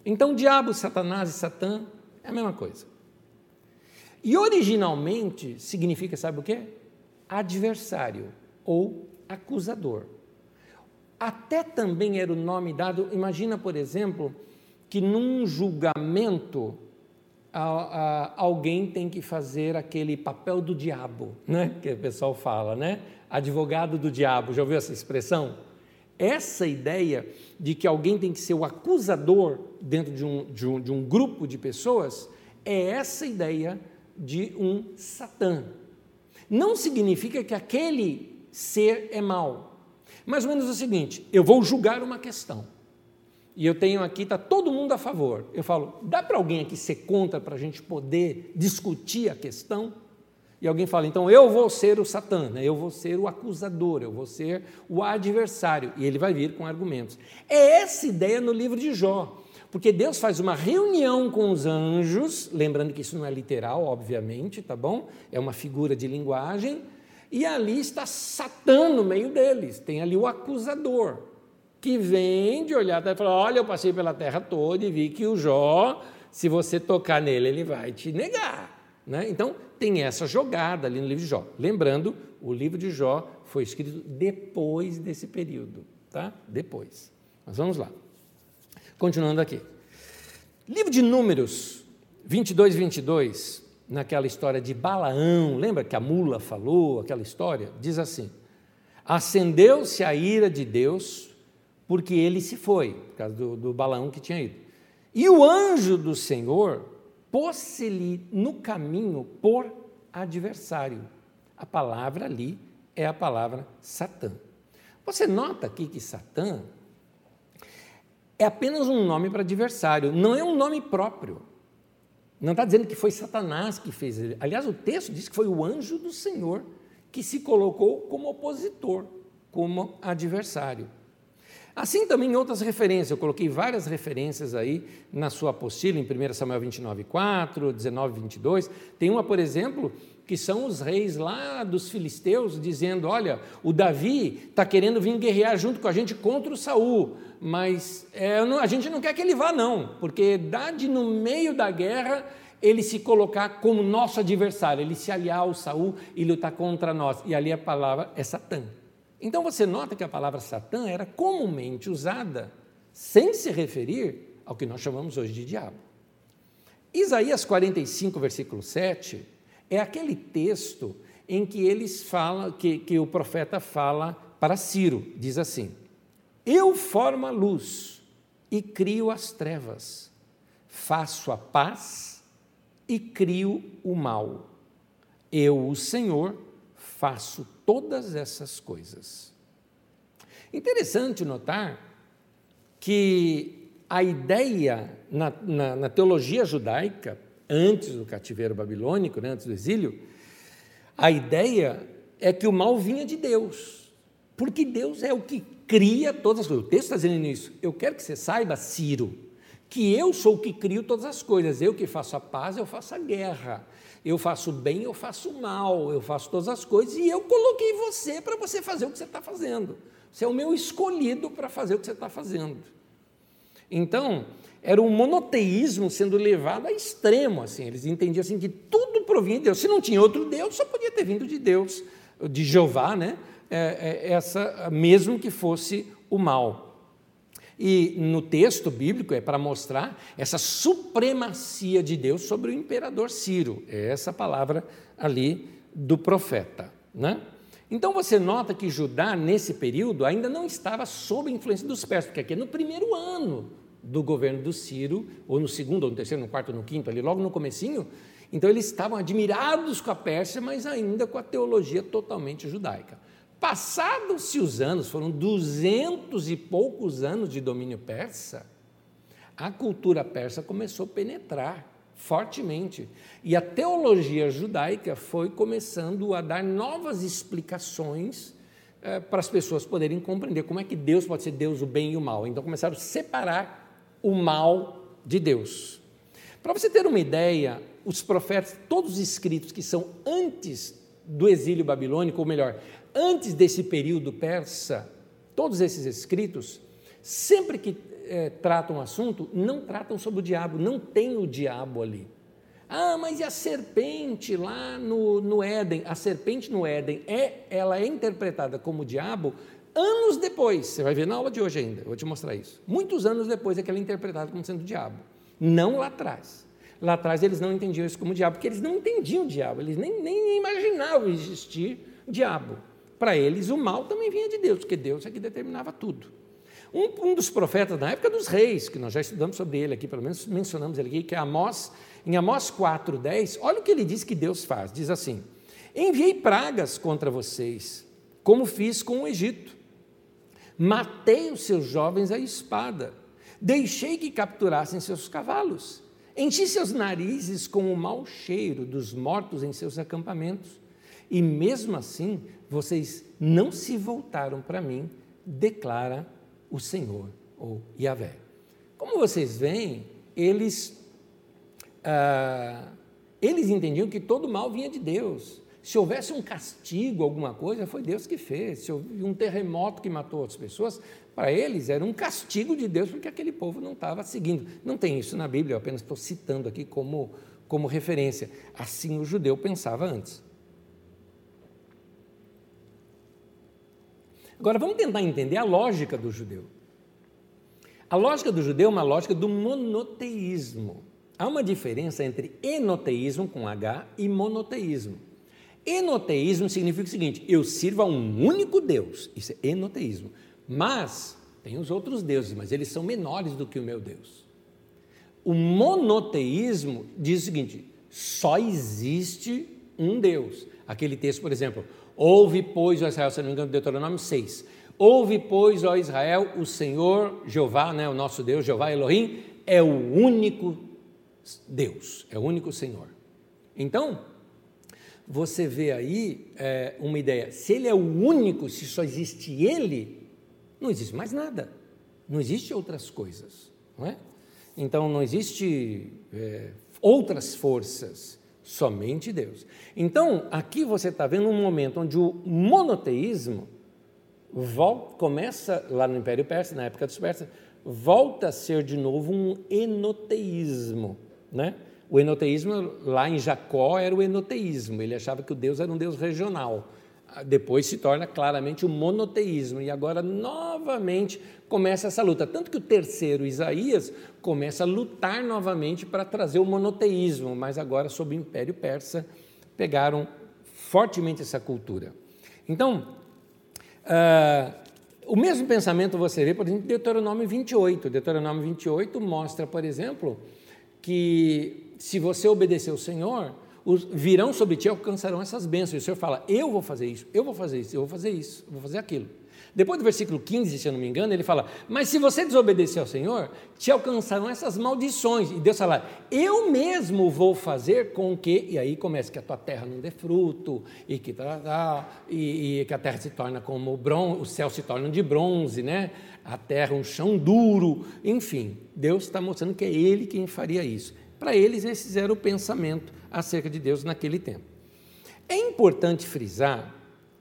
Então, diabo, Satanás e Satã é a mesma coisa. E originalmente significa, sabe o quê? Adversário ou acusador. Até também era o nome dado, imagina, por exemplo, que num julgamento a, a, alguém tem que fazer aquele papel do diabo, né? Que o pessoal fala, né? Advogado do diabo, já ouviu essa expressão? Essa ideia de que alguém tem que ser o acusador dentro de um, de um, de um grupo de pessoas, é essa ideia de um Satã. Não significa que aquele ser é mau. Mais ou menos o seguinte, eu vou julgar uma questão, e eu tenho aqui, está todo mundo a favor. Eu falo, dá para alguém aqui ser contra para a gente poder discutir a questão? E alguém fala, então eu vou ser o Satã, né? Eu vou ser o acusador, eu vou ser o adversário, e ele vai vir com argumentos. É essa ideia no livro de Jó, porque Deus faz uma reunião com os anjos, lembrando que isso não é literal, obviamente, tá bom? É uma figura de linguagem, e ali está Satã no meio deles, tem ali o acusador, que vem de olhar e fala, olha, eu passei pela terra toda e vi que o Jó, se você tocar nele, ele vai te negar, né? Então, tem essa jogada ali no livro de Jó. Lembrando, o livro de Jó foi escrito depois desse período, tá? Depois. Mas vamos lá. Continuando aqui. Livro de Números, vinte e dois, vinte e dois, naquela história de Balaão, lembra que a mula falou, aquela história? Diz assim, acendeu-se a ira de Deus, porque ele se foi, por causa do, do Balaão que tinha ido. E o anjo do Senhor pôs-se-lhe no caminho por adversário. A palavra ali é a palavra Satã. Você nota aqui que Satã é apenas um nome para adversário, não é um nome próprio. Não está dizendo que foi Satanás que fez ele. Aliás, o texto diz que foi o anjo do Senhor que se colocou como opositor, como adversário. Assim também em outras referências, eu coloquei várias referências aí na sua apostila, em primeiro Samuel vinte e nove, quatro, dezenove, vinte e dois, tem uma, por exemplo, que são os reis lá dos filisteus, dizendo, olha, o Davi está querendo vir guerrear junto com a gente contra o Saul, mas é, não, a gente não quer que ele vá não, porque dá de no meio da guerra ele se colocar como nosso adversário, ele se aliar ao Saul e lutar contra nós, e ali a palavra é Satã. Então você nota que a palavra Satã era comumente usada sem se referir ao que nós chamamos hoje de diabo. Isaías quarenta e cinco, versículo sete, é aquele texto em que eles falam, que, que o profeta fala para Ciro, diz assim, eu formo a luz e crio as trevas, faço a paz e crio o mal. Eu, o Senhor, faço todas essas coisas. Interessante notar que a ideia na, na, na teologia judaica, antes do cativeiro babilônico, né, antes do exílio, a ideia é que o mal vinha de Deus, porque Deus é o que cria todas as coisas. O texto está dizendo isso. Eu quero que você saiba, Ciro, que eu sou o que crio todas as coisas, eu que faço a paz, eu faço a guerra, eu faço o bem, eu faço o mal, eu faço todas as coisas, e eu coloquei você para você fazer o que você está fazendo. Você é o meu escolhido para fazer o que você está fazendo. Então, era um monoteísmo sendo levado a extremo, assim, eles entendiam assim, que tudo provinha de Deus. Se não tinha outro Deus, só podia ter vindo de Deus, de Jeová, né? É, é, essa, mesmo que fosse o mal. E no texto bíblico é para mostrar essa supremacia de Deus sobre o imperador Ciro, é essa palavra ali do profeta, né? Então você nota que Judá, nesse período, ainda não estava sob a influência dos persas, porque aqui é no primeiro ano do governo do Ciro, ou no segundo, ou no terceiro, no quarto, ou no quinto, ali logo no comecinho, então eles estavam admirados com a Pérsia, mas ainda com a teologia totalmente judaica. Passados-se os anos, foram duzentos e poucos anos de domínio persa, a cultura persa começou a penetrar fortemente, e a teologia judaica foi começando a dar novas explicações eh, para as pessoas poderem compreender como é que Deus pode ser Deus, o bem e o mal. Então começaram a separar o mal de Deus. Para você ter uma ideia, os profetas, todos os escritos que são antes do exílio babilônico, ou melhor, antes desse período persa, todos esses escritos, sempre que é, tratam o assunto, não tratam sobre o diabo, não tem o diabo ali. Ah, mas e a serpente lá no, no Éden? A serpente no Éden, é, ela é interpretada como o diabo anos depois. Você vai ver na aula de hoje ainda, eu vou te mostrar isso. Muitos anos depois é que ela é interpretada como sendo o diabo, não lá atrás. Lá atrás eles não entendiam isso como o diabo, porque eles não entendiam o diabo, eles nem, nem imaginavam existir o diabo. Para eles o mal também vinha de Deus, porque Deus é que determinava tudo. Um, um dos profetas na época dos reis, que nós já estudamos sobre ele aqui, pelo menos mencionamos ele aqui, que é Amós, em Amós quatro, dez, olha o que ele diz que Deus faz, diz assim: enviei pragas contra vocês, como fiz com o Egito, matei os seus jovens à espada, deixei que capturassem seus cavalos, enchi seus narizes com o mau cheiro dos mortos em seus acampamentos, e mesmo assim vocês não se voltaram para mim, declara o Senhor, ou Yahvé. Como vocês veem, eles, ah, eles entendiam que todo mal vinha de Deus. Se houvesse um castigo, alguma coisa, foi Deus que fez. Se houve um terremoto que matou as pessoas, para eles era um castigo de Deus, porque aquele povo não estava seguindo. Não tem isso na Bíblia, eu apenas estou citando aqui como, como referência. Assim o judeu pensava antes. Agora, vamos tentar entender a lógica do judeu. A lógica do judeu é uma lógica do monoteísmo. Há uma diferença entre enoteísmo, com H, e monoteísmo. Enoteísmo significa o seguinte: eu sirvo a um único Deus, isso é enoteísmo, mas tem os outros deuses, mas eles são menores do que o meu Deus. O monoteísmo diz o seguinte: só existe um Deus. Aquele texto, por exemplo, ouve, pois, ó Israel, se não me engano, Deuteronômio seis, ouve, pois, ó Israel, o Senhor, Jeová, né, o nosso Deus, Jeová Elohim, é o único Deus, é o único Senhor. Então, você vê aí é, uma ideia, se ele é o único, se só existe ele, não existe mais nada, não existe outras coisas, não é? Então não existe é, outras forças, somente Deus. Então aqui você está vendo um momento onde o monoteísmo volta, começa lá no Império Persa, na época dos persas, volta a ser de novo um enoteísmo, né? O enoteísmo, lá em Jacó, era o enoteísmo, ele achava que o Deus era um Deus regional. Depois se torna claramente o monoteísmo, e agora novamente começa essa luta. Tanto que o terceiro, Isaías, começa a lutar novamente para trazer o monoteísmo, mas agora, sob o Império Persa, pegaram fortemente essa cultura. Então, uh, o mesmo pensamento você vê, por exemplo, em Deuteronômio vinte e oito. Deuteronômio vinte e oito mostra, por exemplo, que se você obedecer ao Senhor, os, virão sobre ti e alcançarão essas bênçãos. E o Senhor fala: eu vou fazer isso, eu vou fazer isso, eu vou fazer isso, eu vou fazer aquilo. Depois do versículo quinze, se eu não me engano, ele fala: mas se você desobedecer ao Senhor, te alcançarão essas maldições. E Deus fala: eu mesmo vou fazer com que, e aí começa que a tua terra não dê fruto, e que, e, e que a terra se torna como bronze, o céu se torna de bronze, né? A terra um chão duro, enfim, Deus está mostrando que é Ele quem faria isso. Para eles, esse era o pensamento acerca de Deus naquele tempo. É importante frisar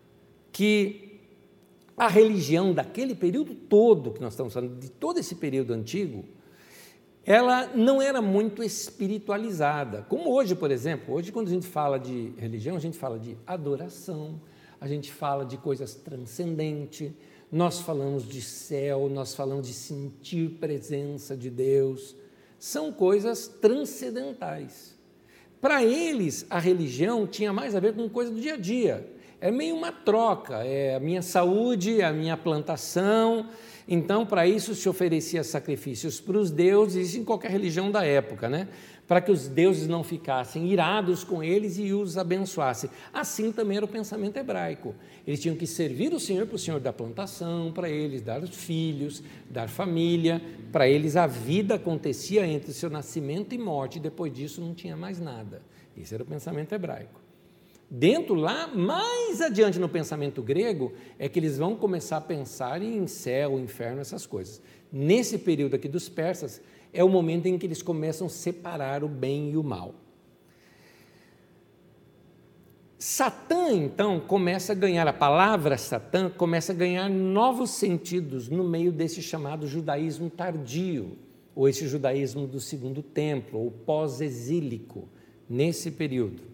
que a religião daquele período todo, que nós estamos falando, de todo esse período antigo, ela não era muito espiritualizada, como hoje, por exemplo. Hoje, quando a gente fala de religião, a gente fala de adoração, a gente fala de coisas transcendentes, nós falamos de céu, nós falamos de sentir presença de Deus, são coisas transcendentais. Para eles, a religião tinha mais a ver com coisa do dia a dia, é meio uma troca, é a minha saúde, a minha plantação. Então, para isso se oferecia sacrifícios para os deuses, isso em qualquer religião da época, né? Para que os deuses não ficassem irados com eles e os abençoassem. Assim também era o pensamento hebraico. Eles tinham que servir o Senhor para o Senhor dar plantação, para eles dar os filhos, dar família. Para eles a vida acontecia entre o seu nascimento e morte, e depois disso não tinha mais nada. Esse era o pensamento hebraico. Dentro lá, mais adiante no pensamento grego, é que eles vão começar a pensar em céu, inferno, essas coisas. Nesse período aqui dos persas, é o momento em que eles começam a separar o bem e o mal. Satã, então, começa a ganhar, a palavra Satã começa a ganhar novos sentidos no meio desse chamado judaísmo tardio, ou esse judaísmo do segundo templo, ou pós-exílico, nesse período.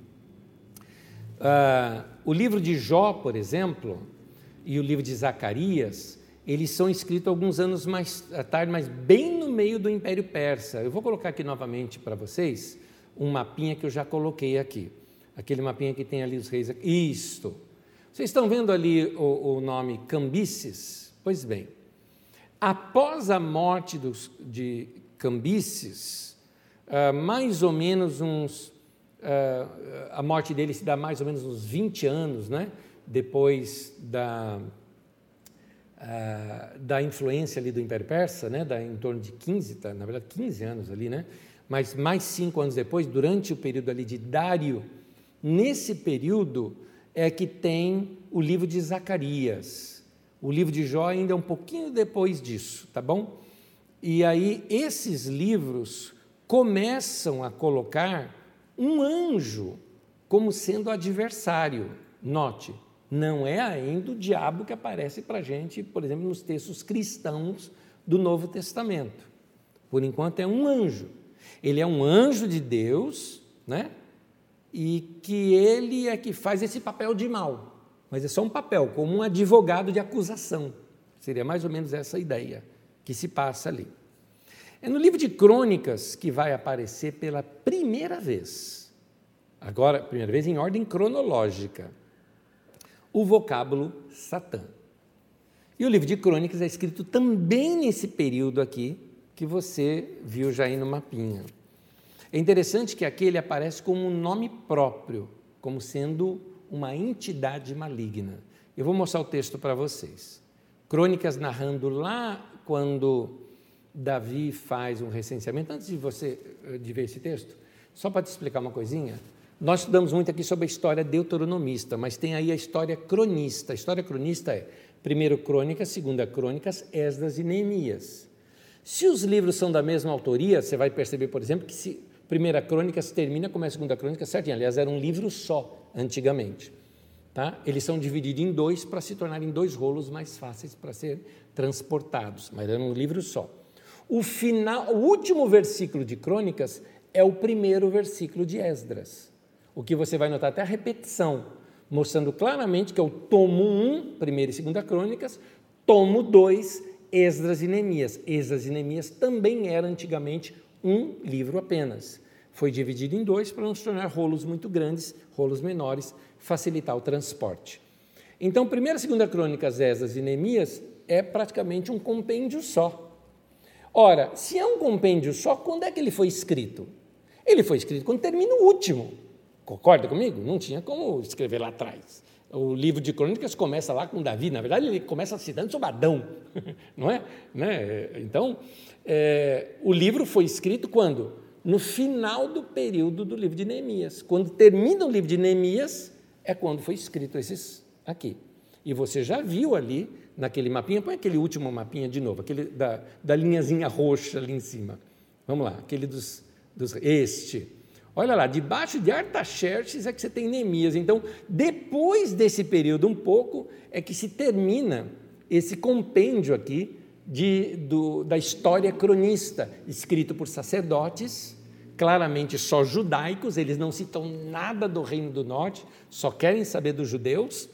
Ah, o livro de Jó, por exemplo, e o livro de Zacarias, eles são escritos alguns anos mais tarde, mas bem no meio do Império Persa. Eu vou colocar aqui novamente para vocês um mapinha que eu já coloquei aqui. Aquele mapinha que tem ali os reis. Isto. Vocês estão vendo ali o, o nome Cambises? Pois bem, após a morte dos, de Cambises, uh, mais ou menos uns... Uh, a morte dele se dá mais ou menos uns vinte anos, né? Depois da, uh, da influência ali do Império Persa, né? Da, em torno de quinze, tá? Na verdade quinze anos ali, né? Mas mais cinco anos depois, durante o período ali de Dário. Nesse período é que tem o livro de Zacarias. O livro de Jó ainda é um pouquinho depois disso, tá bom? E aí esses livros começam a colocar um anjo como sendo adversário. Note, não é ainda o diabo que aparece para a gente, por exemplo, nos textos cristãos do Novo Testamento. Por enquanto é um anjo. Ele é um anjo de Deus, né? E que ele é que faz esse papel de mal, mas é só um papel, como um advogado de acusação. Seria mais ou menos essa ideia que se passa ali. É no livro de Crônicas que vai aparecer pela primeira vez, agora, primeira vez em ordem cronológica, o vocábulo Satã. E o livro de Crônicas é escrito também nesse período aqui, que você viu já aí no mapinha. É interessante que aqui ele aparece como um nome próprio, como sendo uma entidade maligna. Eu vou mostrar o texto para vocês. Crônicas narrando lá quando Davi faz um recenseamento. Antes de você de ver esse texto, só para te explicar uma coisinha, nós estudamos muito aqui sobre a história deuteronomista, mas tem aí a história cronista. A história cronista é primeiro Crônicas, segunda Crônicas, Esdras e Neemias. Se os livros são da mesma autoria, você vai perceber, por exemplo, que se Primeira Crônicas termina como a Segunda Crônicas certinho. Aliás, era um livro só, antigamente. Tá? Eles são divididos em dois para se tornarem dois rolos mais fáceis para ser transportados, mas era um livro só. O, final, o último versículo de Crônicas é o primeiro versículo de Esdras. O que você vai notar até a repetição, mostrando claramente que é o tomo um, primeira e segunda Crônicas, tomo dois, Esdras e Neemias. Esdras e Neemias também era antigamente um livro apenas. Foi dividido em dois para não se tornar rolos muito grandes, rolos menores, facilitar o transporte. Então, primeira e segunda Crônicas, Esdras e Neemias é praticamente um compêndio só. Ora, se é um compêndio só, quando é que ele foi escrito? Ele foi escrito quando termina o último. Concorda comigo? Não tinha como escrever lá atrás. O livro de Crônicas começa lá com Davi, na verdade ele começa citando sobre Adão, não é? Né? Então, é, o livro foi escrito quando? No final do período do livro de Neemias. Quando termina o livro de Neemias, é quando foi escrito esses aqui. E você já viu ali, naquele mapinha, põe aquele último mapinha de novo, aquele da, da linhazinha roxa ali em cima. Vamos lá, aquele dos, dos este. Olha lá, debaixo de Artaxerxes é que você tem Neemias. Então, depois desse período um pouco, é que se termina esse compêndio aqui de, do, da história cronista, escrito por sacerdotes, claramente só judaicos, eles não citam nada do Reino do Norte, só querem saber dos judeus.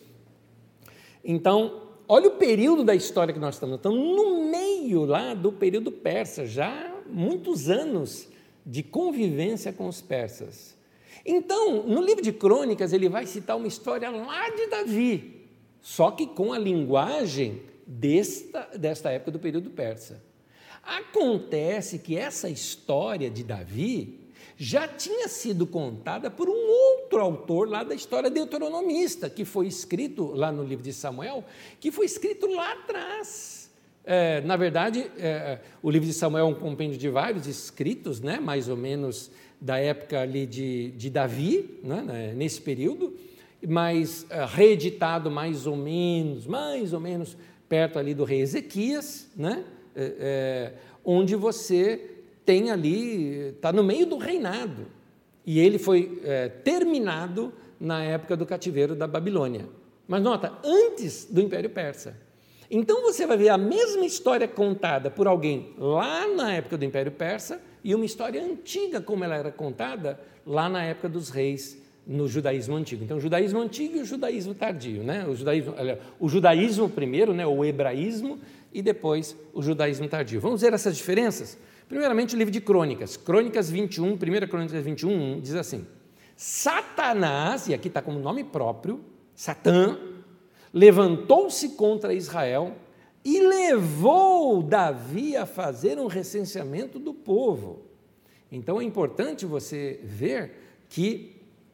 Então, olha o período da história que nós estamos, estamos no meio lá do período persa, já muitos anos de convivência com os persas. Então, no livro de Crônicas, ele vai citar uma história lá de Davi, só que com a linguagem desta, desta época do período persa. Acontece que essa história de Davi já tinha sido contada por um outro autor lá da história deuteronomista, que foi escrito lá no livro de Samuel, que foi escrito lá atrás. É, na verdade, é, o livro de Samuel é um compêndio de vários escritos, né, mais ou menos da época ali de, de Davi, né, nesse período, mas é, reeditado mais ou menos, mais ou menos perto ali do rei Ezequias, né, é, é, onde você tem ali, está no meio do reinado, e ele foi é, terminado na época do cativeiro da Babilônia. Mas nota, antes do Império Persa. Então você vai ver a mesma história contada por alguém lá na época do Império Persa e uma história antiga como ela era contada lá na época dos reis no judaísmo antigo. Então, o judaísmo antigo e o judaísmo tardio, né? O judaísmo, o judaísmo primeiro, né? O hebraísmo, e depois o judaísmo tardio. Vamos ver essas diferenças? Primeiramente, o livro de Crônicas. Crônicas vinte e um, primeira Crônicas vinte e um, diz assim: Satanás, e aqui está como nome próprio, Satã, levantou-se contra Israel e levou Davi a fazer um recenseamento do povo. Então, é importante você ver que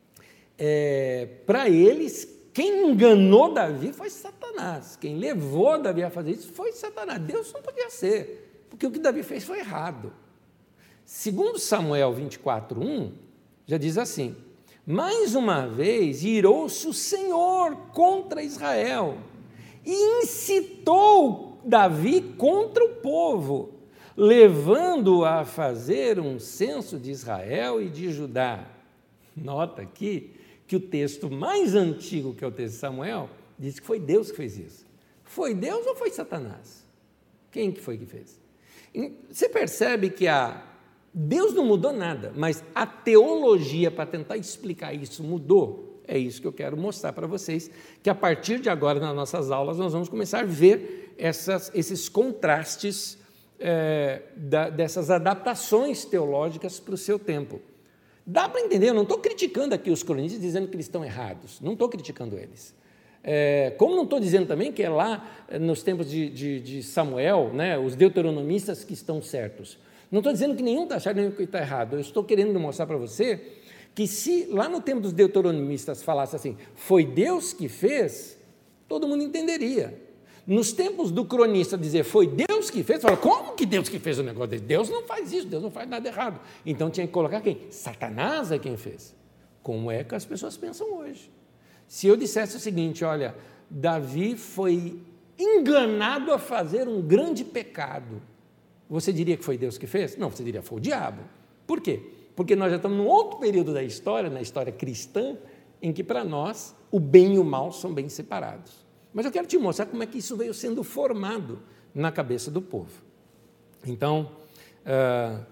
É, para eles, quem enganou Davi foi Satanás, quem levou Davi a fazer isso foi Satanás. Deus não podia ser, porque o que Davi fez foi errado. Segundo Samuel vinte e quatro, um, já diz assim: mais uma vez irou-se o Senhor contra Israel e incitou Davi contra o povo, levando-o a fazer um censo de Israel e de Judá. Nota aqui que o texto mais antigo, que é o texto de Samuel, diz que foi Deus que fez isso. Foi Deus ou foi Satanás? Quem que foi que fez? Você percebe que a Deus não mudou nada, mas a teologia para tentar explicar isso mudou. É isso que eu quero mostrar para vocês, que a partir de agora, nas nossas aulas, nós vamos começar a ver essas, esses contrastes é, da, dessas adaptações teológicas para o seu tempo. Dá para entender, eu não estou criticando aqui os cronistas dizendo que eles estão errados, não estou criticando eles. É, como não estou dizendo também que é lá nos tempos de, de, de Samuel, né, os deuteronomistas que estão certos. Não estou dizendo que nenhum está certo, nenhum está errado. Eu estou querendo mostrar para você que se lá no tempo dos deuteronomistas falasse assim, foi Deus que fez, todo mundo entenderia. Nos tempos do cronista dizer foi Deus que fez, fala, como que Deus que fez o negócio dele? Deus não faz isso, Deus não faz nada errado. Então tinha que colocar quem? Satanás é quem fez. Como é que as pessoas pensam hoje? Se eu dissesse o seguinte, olha, Davi foi enganado a fazer um grande pecado, você diria que foi Deus que fez? Não, você diria foi o diabo. Por quê? Porque nós já estamos num outro período da história, na história cristã, em que para nós o bem e o mal são bem separados. Mas eu quero te mostrar como é que isso veio sendo formado na cabeça do povo. Então, ah,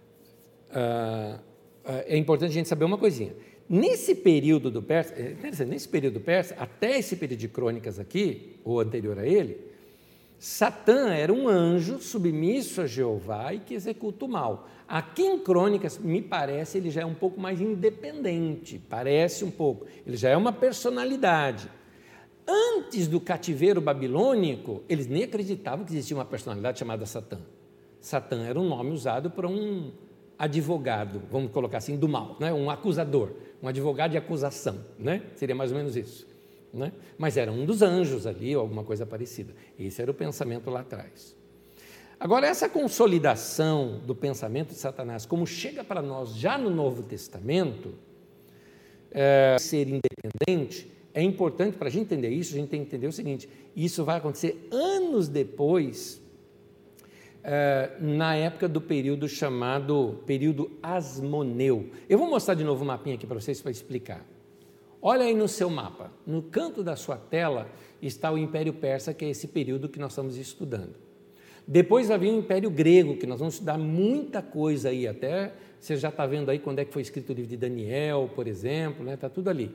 ah, é importante a gente saber uma coisinha. Nesse período do Persa, nesse período do Persa, até esse período de Crônicas aqui, ou anterior a ele, Satã era um anjo submisso a Jeová e que executa o mal. Aqui em Crônicas, me parece, ele já é um pouco mais independente, parece um pouco, ele já é uma personalidade. Antes do cativeiro babilônico, eles nem acreditavam que existia uma personalidade chamada Satã. Satã era um nome usado para um advogado, vamos colocar assim, do mal, né? Um acusador, um advogado de acusação, né? Seria mais ou menos isso. Né? Mas era um dos anjos ali, ou alguma coisa parecida. Esse era o pensamento lá atrás. Agora, essa consolidação do pensamento de Satanás, como chega para nós já no Novo Testamento, é, ser independente, é importante para a gente entender isso, a gente tem que entender o seguinte, isso vai acontecer anos depois, é, na época do período chamado período Asmoneu. Eu vou mostrar de novo o mapinha aqui para vocês para explicar. Olha aí no seu mapa, no canto da sua tela está o Império Persa, que é esse período que nós estamos estudando. Depois vai vir o Império Grego, que nós vamos estudar muita coisa aí, até você já está vendo aí quando é que foi escrito o livro de Daniel, por exemplo, né? Está tudo ali.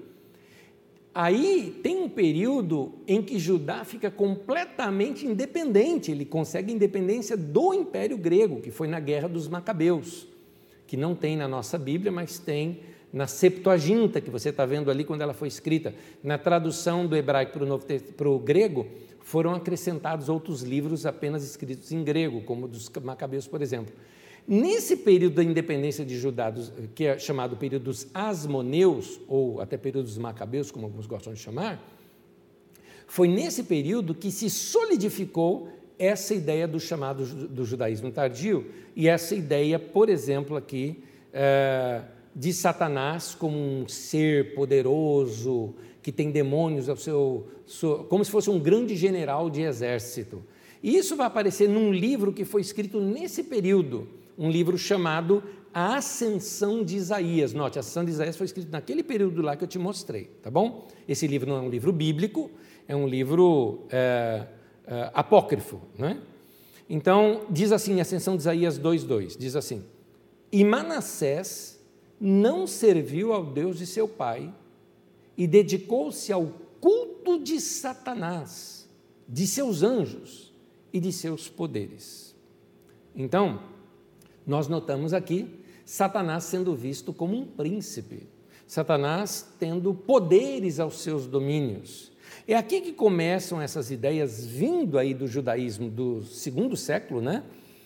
Aí tem um período em que Judá fica completamente independente, ele consegue independência do Império Grego, que foi na Guerra dos Macabeus, que não tem na nossa Bíblia, mas tem na Septuaginta, que você está vendo ali quando ela foi escrita. Na tradução do hebraico para o, novo, para o grego, foram acrescentados outros livros apenas escritos em grego, como o dos Macabeus, por exemplo. Nesse período da independência de Judá, que é chamado período dos Asmoneus, ou até período dos Macabeus, como alguns gostam de chamar, foi nesse período que se solidificou essa ideia do chamado do judaísmo tardio, e essa ideia, por exemplo, aqui, é, de Satanás como um ser poderoso, que tem demônios ao seu, como se fosse um grande general de exército. E isso vai aparecer num livro que foi escrito nesse período, um livro chamado A Ascensão de Isaías. Note, a Ascensão de Isaías foi escrito naquele período lá que eu te mostrei, tá bom? Esse livro não é um livro bíblico, é um livro é, é, apócrifo, né? Então, diz assim, a Ascensão de Isaías dois, dois, diz assim: e Manassés não serviu ao Deus de seu pai e dedicou-se ao culto de Satanás, de seus anjos e de seus poderes. Então, nós notamos aqui Satanás sendo visto como um príncipe, Satanás tendo poderes aos seus domínios. É aqui que começam essas ideias vindo aí do judaísmo do segundo século, né?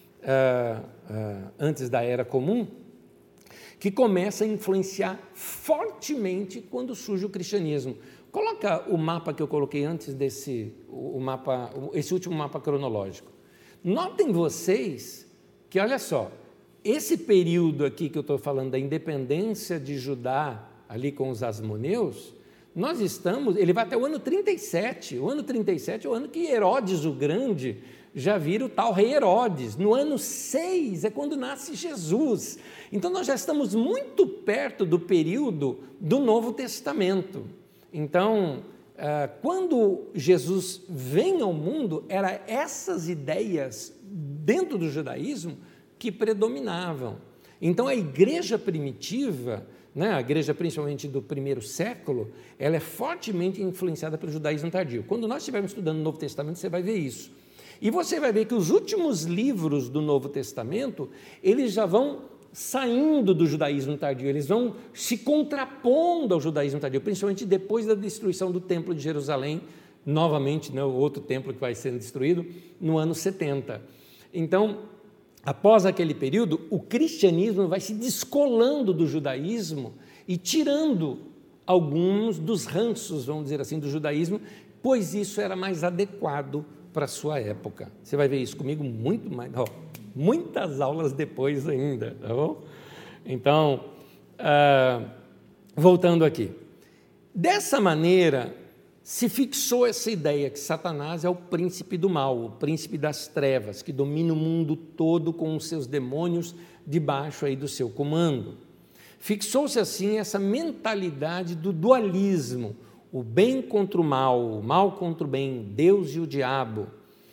Uh, uh, antes da Era Comum, que começa a influenciar fortemente quando surge o cristianismo. Coloca o mapa que eu coloquei antes desse, o mapa, esse último mapa cronológico. Notem vocês que, olha só, esse período aqui que eu estou falando da independência de Judá, ali com os asmoneus, nós estamos, ele vai até o ano trinta e sete, o ano trinta e sete é o ano que Herodes o Grande já vira o tal rei Herodes. No ano seis é quando nasce Jesus. Então, nós já estamos muito perto do período do Novo Testamento. Então, quando Jesus vem ao mundo, eram essas ideias dentro do judaísmo que predominavam. Então, a igreja primitiva, né, a igreja principalmente do primeiro século, ela é fortemente influenciada pelo judaísmo tardio. Quando nós estivermos estudando o Novo Testamento, você vai ver isso. E você vai ver que os últimos livros do Novo Testamento, eles já vão saindo do judaísmo tardio, eles vão se contrapondo ao judaísmo tardio, principalmente depois da destruição do Templo de Jerusalém, novamente, né, o outro templo que vai sendo destruído, no ano setenta. Então, após aquele período, o cristianismo vai se descolando do judaísmo e tirando alguns dos ranços, vamos dizer assim, do judaísmo, pois isso era mais adequado para a sua época. Você vai ver isso comigo muito mais, ó, muitas aulas depois ainda, tá bom? Então, ah, voltando aqui. Dessa maneira, se fixou essa ideia que Satanás é o príncipe do mal, o príncipe das trevas, que domina o mundo todo com os seus demônios debaixo aí do seu comando. Fixou-se assim essa mentalidade do dualismo, o bem contra o mal, o mal contra o bem, Deus e o diabo.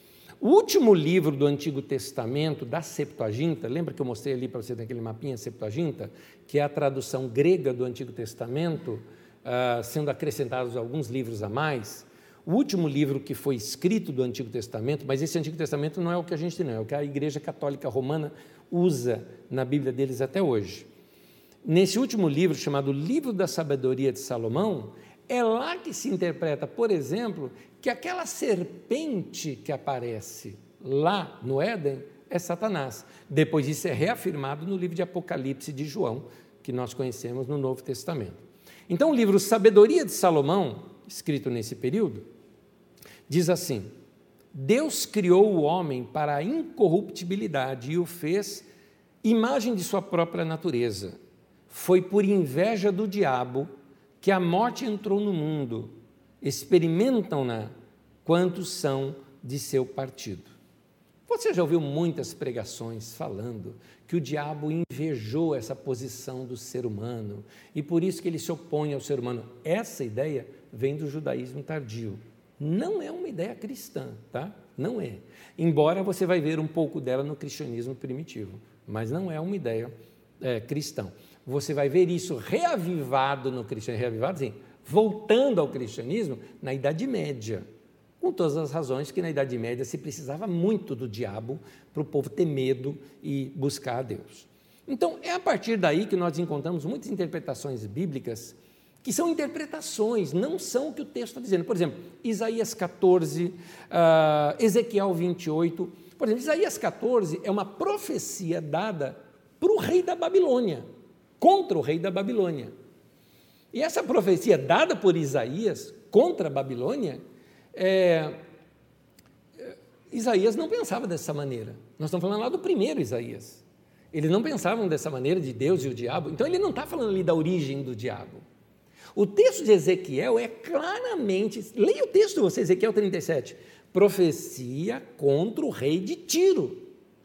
O último livro do Antigo Testamento, da Septuaginta, lembra que eu mostrei ali para você naquele mapinha Septuaginta, que é a tradução grega do Antigo Testamento, uh, sendo acrescentados alguns livros a mais. O último livro que foi escrito do Antigo Testamento, mas esse Antigo Testamento não é o que a gente tem, não, é o que a Igreja Católica Romana usa na Bíblia deles até hoje. Nesse último livro, chamado Livro da Sabedoria de Salomão, é lá que se interpreta, por exemplo, que aquela serpente que aparece lá no Éden é Satanás. Depois isso é reafirmado no livro de Apocalipse de João, que nós conhecemos no Novo Testamento. Então, o livro Sabedoria de Salomão, escrito nesse período, diz assim: Deus criou o homem para a incorruptibilidade e o fez imagem de sua própria natureza. Foi por inveja do diabo que a morte entrou no mundo, experimentam-na quantos são de seu partido. Você já ouviu muitas pregações falando que o diabo invejou essa posição do ser humano e por isso que ele se opõe ao ser humano. Essa ideia vem do judaísmo tardio. Não é uma ideia cristã, tá? Não é. Embora você vai ver um pouco dela no cristianismo primitivo, mas não é uma ideia é, cristã. Você vai ver isso reavivado no cristianismo, reavivado, sim, voltando ao cristianismo na Idade Média, com todas as razões que na Idade Média se precisava muito do diabo para o povo ter medo e buscar a Deus. Então, é a partir daí que nós encontramos muitas interpretações bíblicas que são interpretações, não são o que o texto está dizendo. Por exemplo, Isaías catorze, uh, Ezequiel vinte e oito. Por exemplo, Isaías catorze é uma profecia dada para o rei da Babilônia, contra o rei da Babilônia. E essa profecia dada por Isaías contra a Babilônia, é, Isaías não pensava dessa maneira. Nós estamos falando lá do primeiro Isaías. Eles não pensavam dessa maneira de Deus e o diabo. Então, ele não está falando ali da origem do diabo. O texto de Ezequiel é claramente, leia o texto você, Ezequiel trinta e sete, profecia contra o rei de Tiro.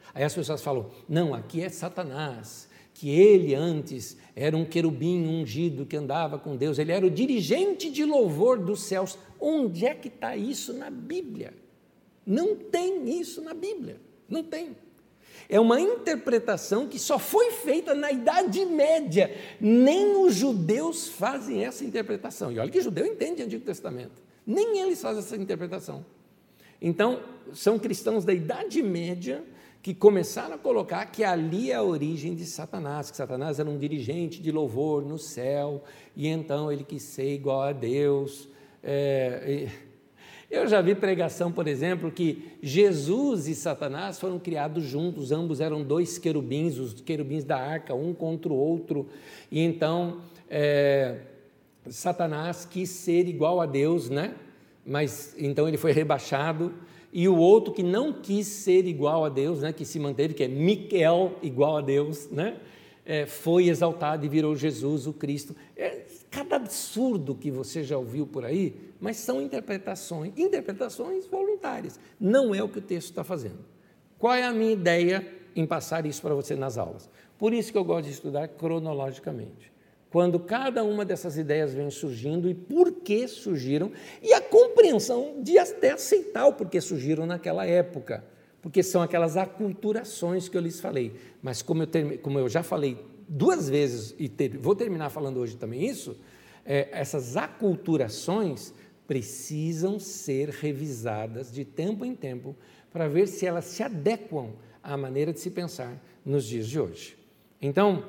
Aí as pessoas falam, não, aqui é Satanás, que ele antes era um querubim ungido que andava com Deus, ele era o dirigente de louvor dos céus. Onde é que está isso na Bíblia? Não tem isso na Bíblia, não tem. É uma interpretação que só foi feita na Idade Média, nem os judeus fazem essa interpretação. E olha que judeu entende o Antigo Testamento, nem eles fazem essa interpretação. Então, são cristãos da Idade Média que começaram a colocar que ali é a origem de Satanás, que Satanás era um dirigente de louvor no céu, e então ele quis ser igual a Deus. É, eu já vi pregação, por exemplo, que Jesus e Satanás foram criados juntos, ambos eram dois querubins, os querubins da arca, um contra o outro, e então é, Satanás quis ser igual a Deus, né? Mas então ele foi rebaixado, e o outro que não quis ser igual a Deus, né, que se manteve, que é Miquel, igual a Deus, né, é, foi exaltado e virou Jesus o Cristo. É, cada absurdo que você já ouviu por aí, mas são interpretações, interpretações voluntárias, não é o que o texto está fazendo. Qual é a minha ideia em passar isso para você nas aulas? Por isso que eu gosto de estudar cronologicamente. Quando cada uma dessas ideias vem surgindo e por que surgiram, e a compreensão de até aceitar o porquê surgiram naquela época, porque são aquelas aculturações que eu lhes falei. Mas como eu, term... como eu já falei duas vezes, e ter... vou terminar falando hoje também isso, é, essas aculturações precisam ser revisadas de tempo em tempo para ver se elas se adequam à maneira de se pensar nos dias de hoje. Então,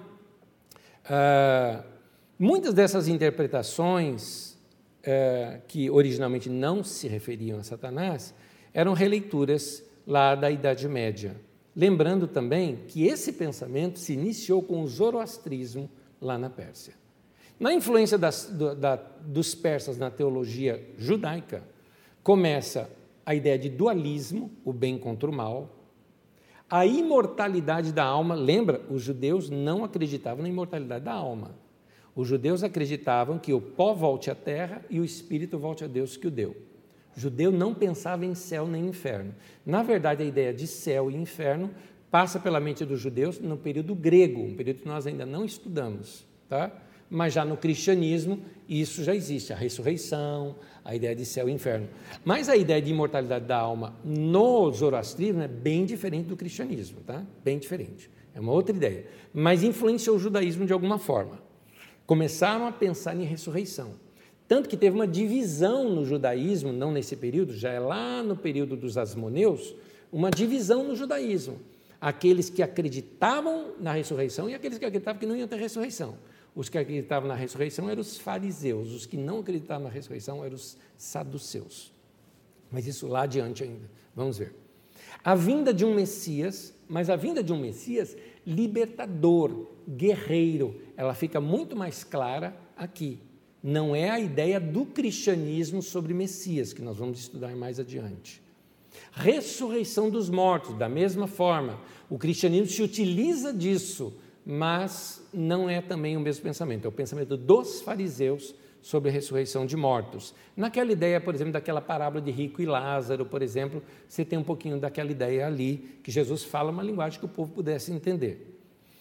Uh, muitas dessas interpretações uh, que originalmente não se referiam a Satanás eram releituras lá da Idade Média. Lembrando também que esse pensamento se iniciou com o zoroastrismo lá na Pérsia. Na influência das, do, da, dos persas na teologia judaica, começa a ideia de dualismo, o bem contra o mal, a imortalidade da alma. Lembra, os judeus não acreditavam na imortalidade da alma. Os judeus acreditavam que o pó volte à terra e o espírito volte a Deus que o deu. O judeu não pensava em céu nem inferno. Na verdade, a ideia de céu e inferno passa pela mente dos judeus no período grego, um período que nós ainda não estudamos, tá? Mas já no cristianismo isso já existe, a ressurreição, a ideia de céu e inferno. Mas a ideia de imortalidade da alma no zoroastrismo é bem diferente do cristianismo, tá? Bem diferente, é uma outra ideia, mas influenciou o judaísmo de alguma forma. Começaram a pensar em ressurreição, tanto que teve uma divisão no judaísmo, não nesse período, já é lá no período dos asmoneus, uma divisão no judaísmo, aqueles que acreditavam na ressurreição e aqueles que acreditavam que não iam ter ressurreição. Os que acreditavam na ressurreição eram os fariseus, os que não acreditavam na ressurreição eram os saduceus. Mas isso lá adiante ainda, vamos ver. A vinda de um Messias, mas a vinda de um Messias libertador, guerreiro, ela fica muito mais clara aqui. Não é a ideia do cristianismo sobre Messias, que nós vamos estudar mais adiante. Ressurreição dos mortos, da mesma forma, o cristianismo se utiliza disso, mas não é também o mesmo pensamento, é o pensamento dos fariseus sobre a ressurreição de mortos. Naquela ideia, por exemplo, daquela parábola de Rico e Lázaro, por exemplo, você tem um pouquinho daquela ideia ali, que Jesus fala uma linguagem que o povo pudesse entender.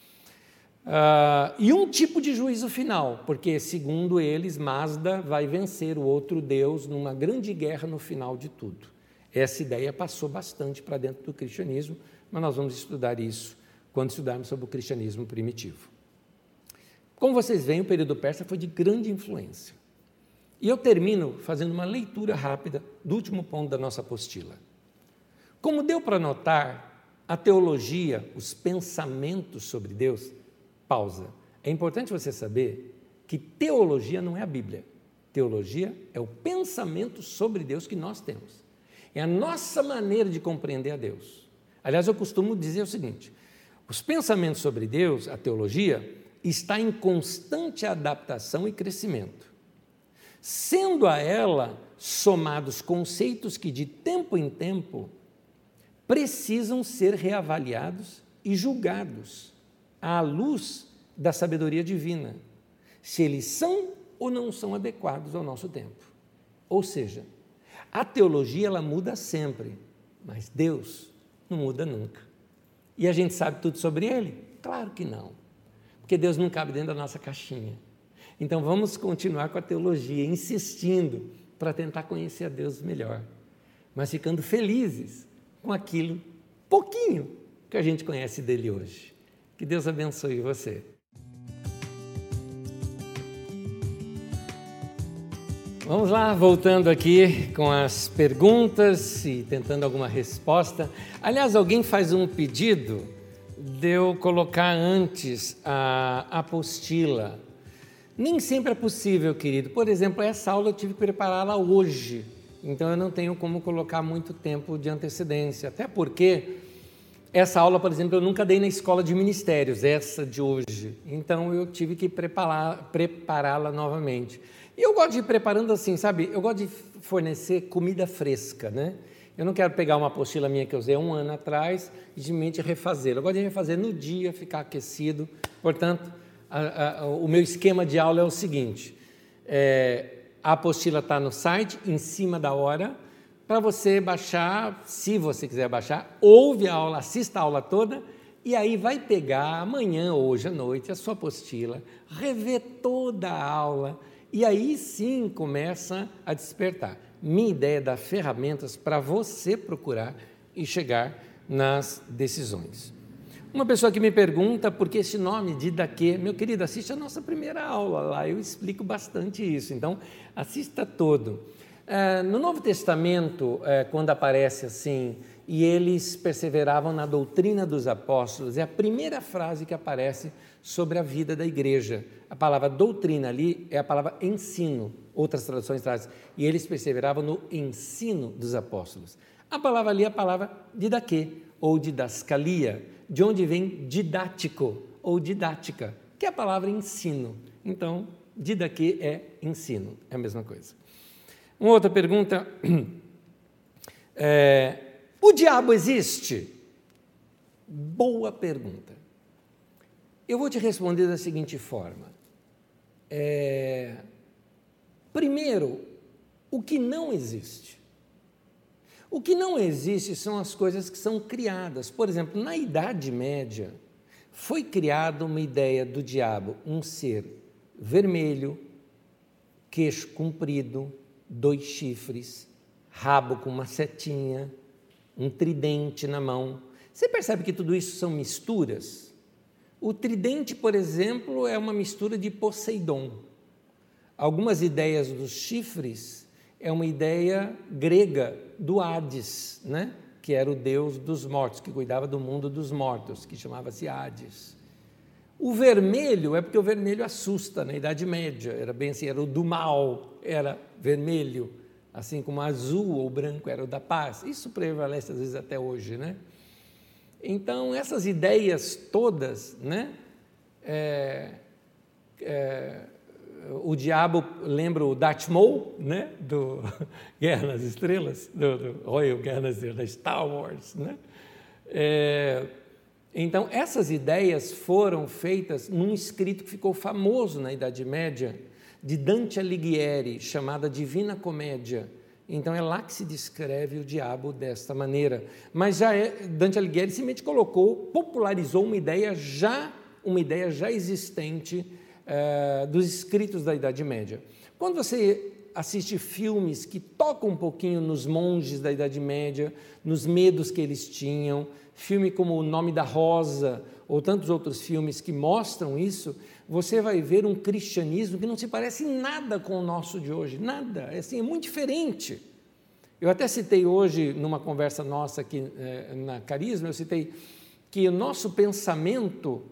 Uh, e um tipo de juízo final, porque, segundo eles, Mazda vai vencer o outro Deus numa grande guerra no final de tudo. Essa ideia passou bastante para dentro do cristianismo, mas nós vamos estudar isso quando estudarmos sobre o cristianismo primitivo. Como vocês veem, o período persa foi de grande influência. E eu termino fazendo uma leitura rápida do último ponto da nossa apostila. Como deu para notar, a teologia, os pensamentos sobre Deus, pausa. É importante você saber que teologia não é a Bíblia. Teologia é o pensamento sobre Deus que nós temos. É a nossa maneira de compreender a Deus. Aliás, eu costumo dizer o seguinte: os pensamentos sobre Deus, a teologia, está em constante adaptação e crescimento, sendo a ela somados conceitos que, de tempo em tempo, precisam ser reavaliados e julgados à luz da sabedoria divina, se eles são ou não são adequados ao nosso tempo. Ou seja, a teologia ela muda sempre, mas Deus não muda nunca. E a gente sabe tudo sobre ele? Claro que não, porque Deus não cabe dentro da nossa caixinha. Então vamos continuar com a teologia, insistindo para tentar conhecer a Deus melhor, mas ficando felizes com aquilo pouquinho que a gente conhece dele hoje. Que Deus abençoe você. Vamos lá, voltando aqui com as perguntas e tentando alguma resposta. Aliás, alguém faz um pedido de eu colocar antes a apostila. Nem sempre é possível, querido. Por exemplo, essa aula eu tive que prepará-la hoje, então eu não tenho como colocar muito tempo de antecedência, até porque essa aula, por exemplo, eu nunca dei na escola de ministérios, essa de hoje, então eu tive que preparar, prepará-la novamente. E eu gosto de ir preparando assim, sabe? Eu gosto de fornecer comida fresca, né? Eu não quero pegar uma apostila minha que eu usei há um ano atrás e de mente refazer. Eu gosto de refazer no dia, ficar aquecido. Portanto, a, a, o meu esquema de aula é o seguinte, é, a apostila está no site, em cima da hora, para você baixar, se você quiser baixar, ouve a aula, assista a aula toda, e aí vai pegar amanhã, hoje à noite, a sua apostila, rever toda a aula, e aí sim começa a despertar. Minha ideia é dar ferramentas para você procurar e chegar nas decisões. Uma pessoa que me pergunta por que esse nome Didaquê, meu querido, assiste a nossa primeira aula lá, eu explico bastante isso, então assista todo. É, no Novo Testamento, é, quando aparece assim, e eles perseveravam na doutrina dos apóstolos, é a primeira frase que aparece sobre a vida da igreja. A palavra doutrina ali é a palavra ensino, outras traduções trazem, e eles perseveravam no ensino dos apóstolos. A palavra ali é a palavra didaquê, ou didascalia, de onde vem didático, ou didática, que é a palavra ensino. Então, didaquê é ensino, é a mesma coisa. Uma outra pergunta, é, o diabo existe? Boa pergunta. Eu vou te responder da seguinte forma. É, primeiro, o que não existe? O que não existe são as coisas que são criadas. Por exemplo, na Idade Média, foi criada uma ideia do diabo, um ser vermelho, queixo comprido, dois chifres, rabo com uma setinha, um tridente na mão. Você percebe que tudo isso são misturas? O tridente, por exemplo, é uma mistura de Poseidon. Algumas ideias dos chifres é uma ideia grega do Hades, né? Que era o deus dos mortos, que cuidava do mundo dos mortos, que chamava-se Hades. O vermelho é porque o vermelho assusta na Idade Média, era bem assim, era o do mal, era vermelho, assim como azul ou branco era o da paz. Isso prevalece às vezes até hoje, né? Então, essas ideias todas, né? É, é, o diabo lembra o Darth Maul, né? Do Guerra nas Estrelas, do, do Royal Guerra nas Estrelas, da Star Wars, né? É, então, essas ideias foram feitas num escrito que ficou famoso na Idade Média, de Dante Alighieri, chamada Divina Comédia. Então, é lá que se descreve o diabo desta maneira. Mas já é, Dante Alighieri simplesmente colocou, popularizou uma ideia já, uma ideia já existente eh, dos escritos da Idade Média. Quando você assiste filmes que tocam um pouquinho nos monges da Idade Média, nos medos que eles tinham, filme como O Nome da Rosa, ou tantos outros filmes que mostram isso, você vai ver um cristianismo que não se parece em nada com o nosso de hoje, nada, é, assim, é muito diferente. Eu até citei hoje, numa conversa nossa aqui é, na Carisma, eu citei que o nosso pensamento,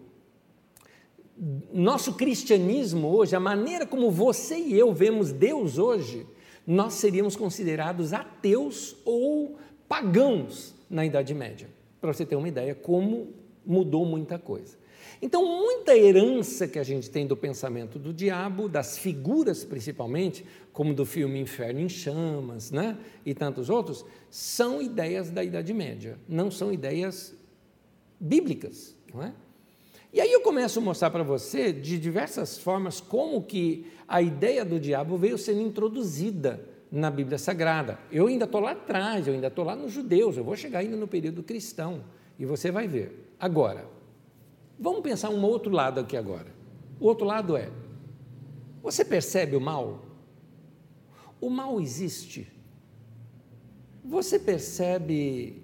nosso cristianismo hoje, a maneira como você e eu vemos Deus hoje, nós seríamos considerados ateus ou pagãos na Idade Média, para você ter uma ideia como mudou muita coisa. Então, muita herança que a gente tem do pensamento do diabo, das figuras principalmente, como do filme Inferno em Chamas, né, e tantos outros, são ideias da Idade Média, não são ideias bíblicas, não é? E aí eu começo a mostrar para você, de diversas formas, como que a ideia do diabo veio sendo introduzida na Bíblia Sagrada. Eu ainda estou lá atrás, eu ainda estou lá nos judeus, eu vou chegar ainda no período cristão, e você vai ver. Agora, vamos pensar um outro lado aqui agora. O outro lado é, você percebe o mal? O mal existe. Você percebe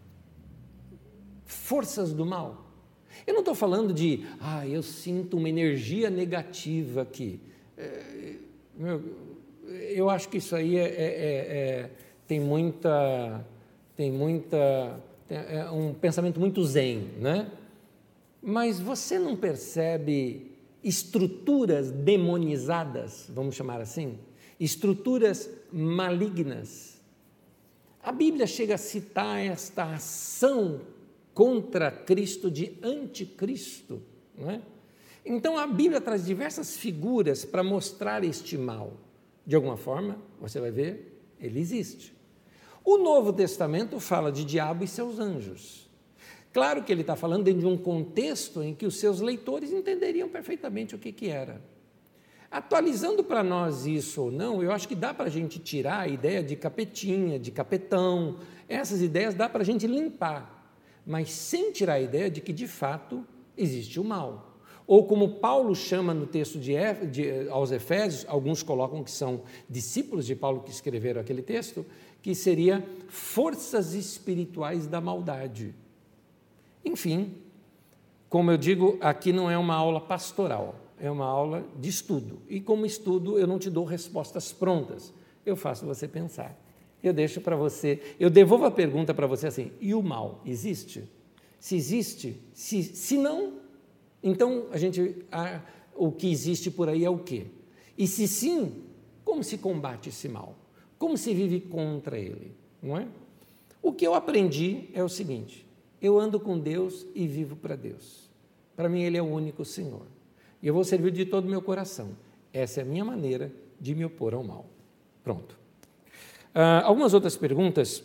forças do mal? Eu não estou falando de, ah, eu sinto uma energia negativa aqui. É, meu, eu acho que isso aí é, é, é, tem muita, tem muita, é um pensamento muito zen, né? Mas você não percebe estruturas demonizadas, vamos chamar assim? Estruturas malignas. A Bíblia chega a citar esta ação contra Cristo de anticristo, não é? Então a Bíblia traz diversas figuras para mostrar este mal. De alguma forma, você vai ver, ele existe. O Novo Testamento fala de diabo e seus anjos. Claro que ele está falando dentro de um contexto em que os seus leitores entenderiam perfeitamente o que, que era. Atualizando para nós isso ou não, eu acho que dá para a gente tirar a ideia de capetinha, de capetão, essas ideias dá para a gente limpar, mas sem tirar a ideia de que, de fato, existe o mal. Ou como Paulo chama no texto de, de, aos Efésios, alguns colocam que são discípulos de Paulo que escreveram aquele texto, que seria forças espirituais da maldade. Enfim, como eu digo, aqui não é uma aula pastoral, é uma aula de estudo. E como estudo, eu não te dou respostas prontas, eu faço você pensar. Eu deixo para você, eu devolvo a pergunta para você assim, e o mal existe? Se existe, se, se não, então a gente, a, o que existe por aí é o quê? E se sim, como se combate esse mal? Como se vive contra ele? Não é? O que eu aprendi é o seguinte, eu ando com Deus e vivo para Deus. Para mim ele é o único Senhor. E eu vou servir de todo o meu coração. Essa é a minha maneira de me opor ao mal. Pronto. Uh, algumas outras perguntas.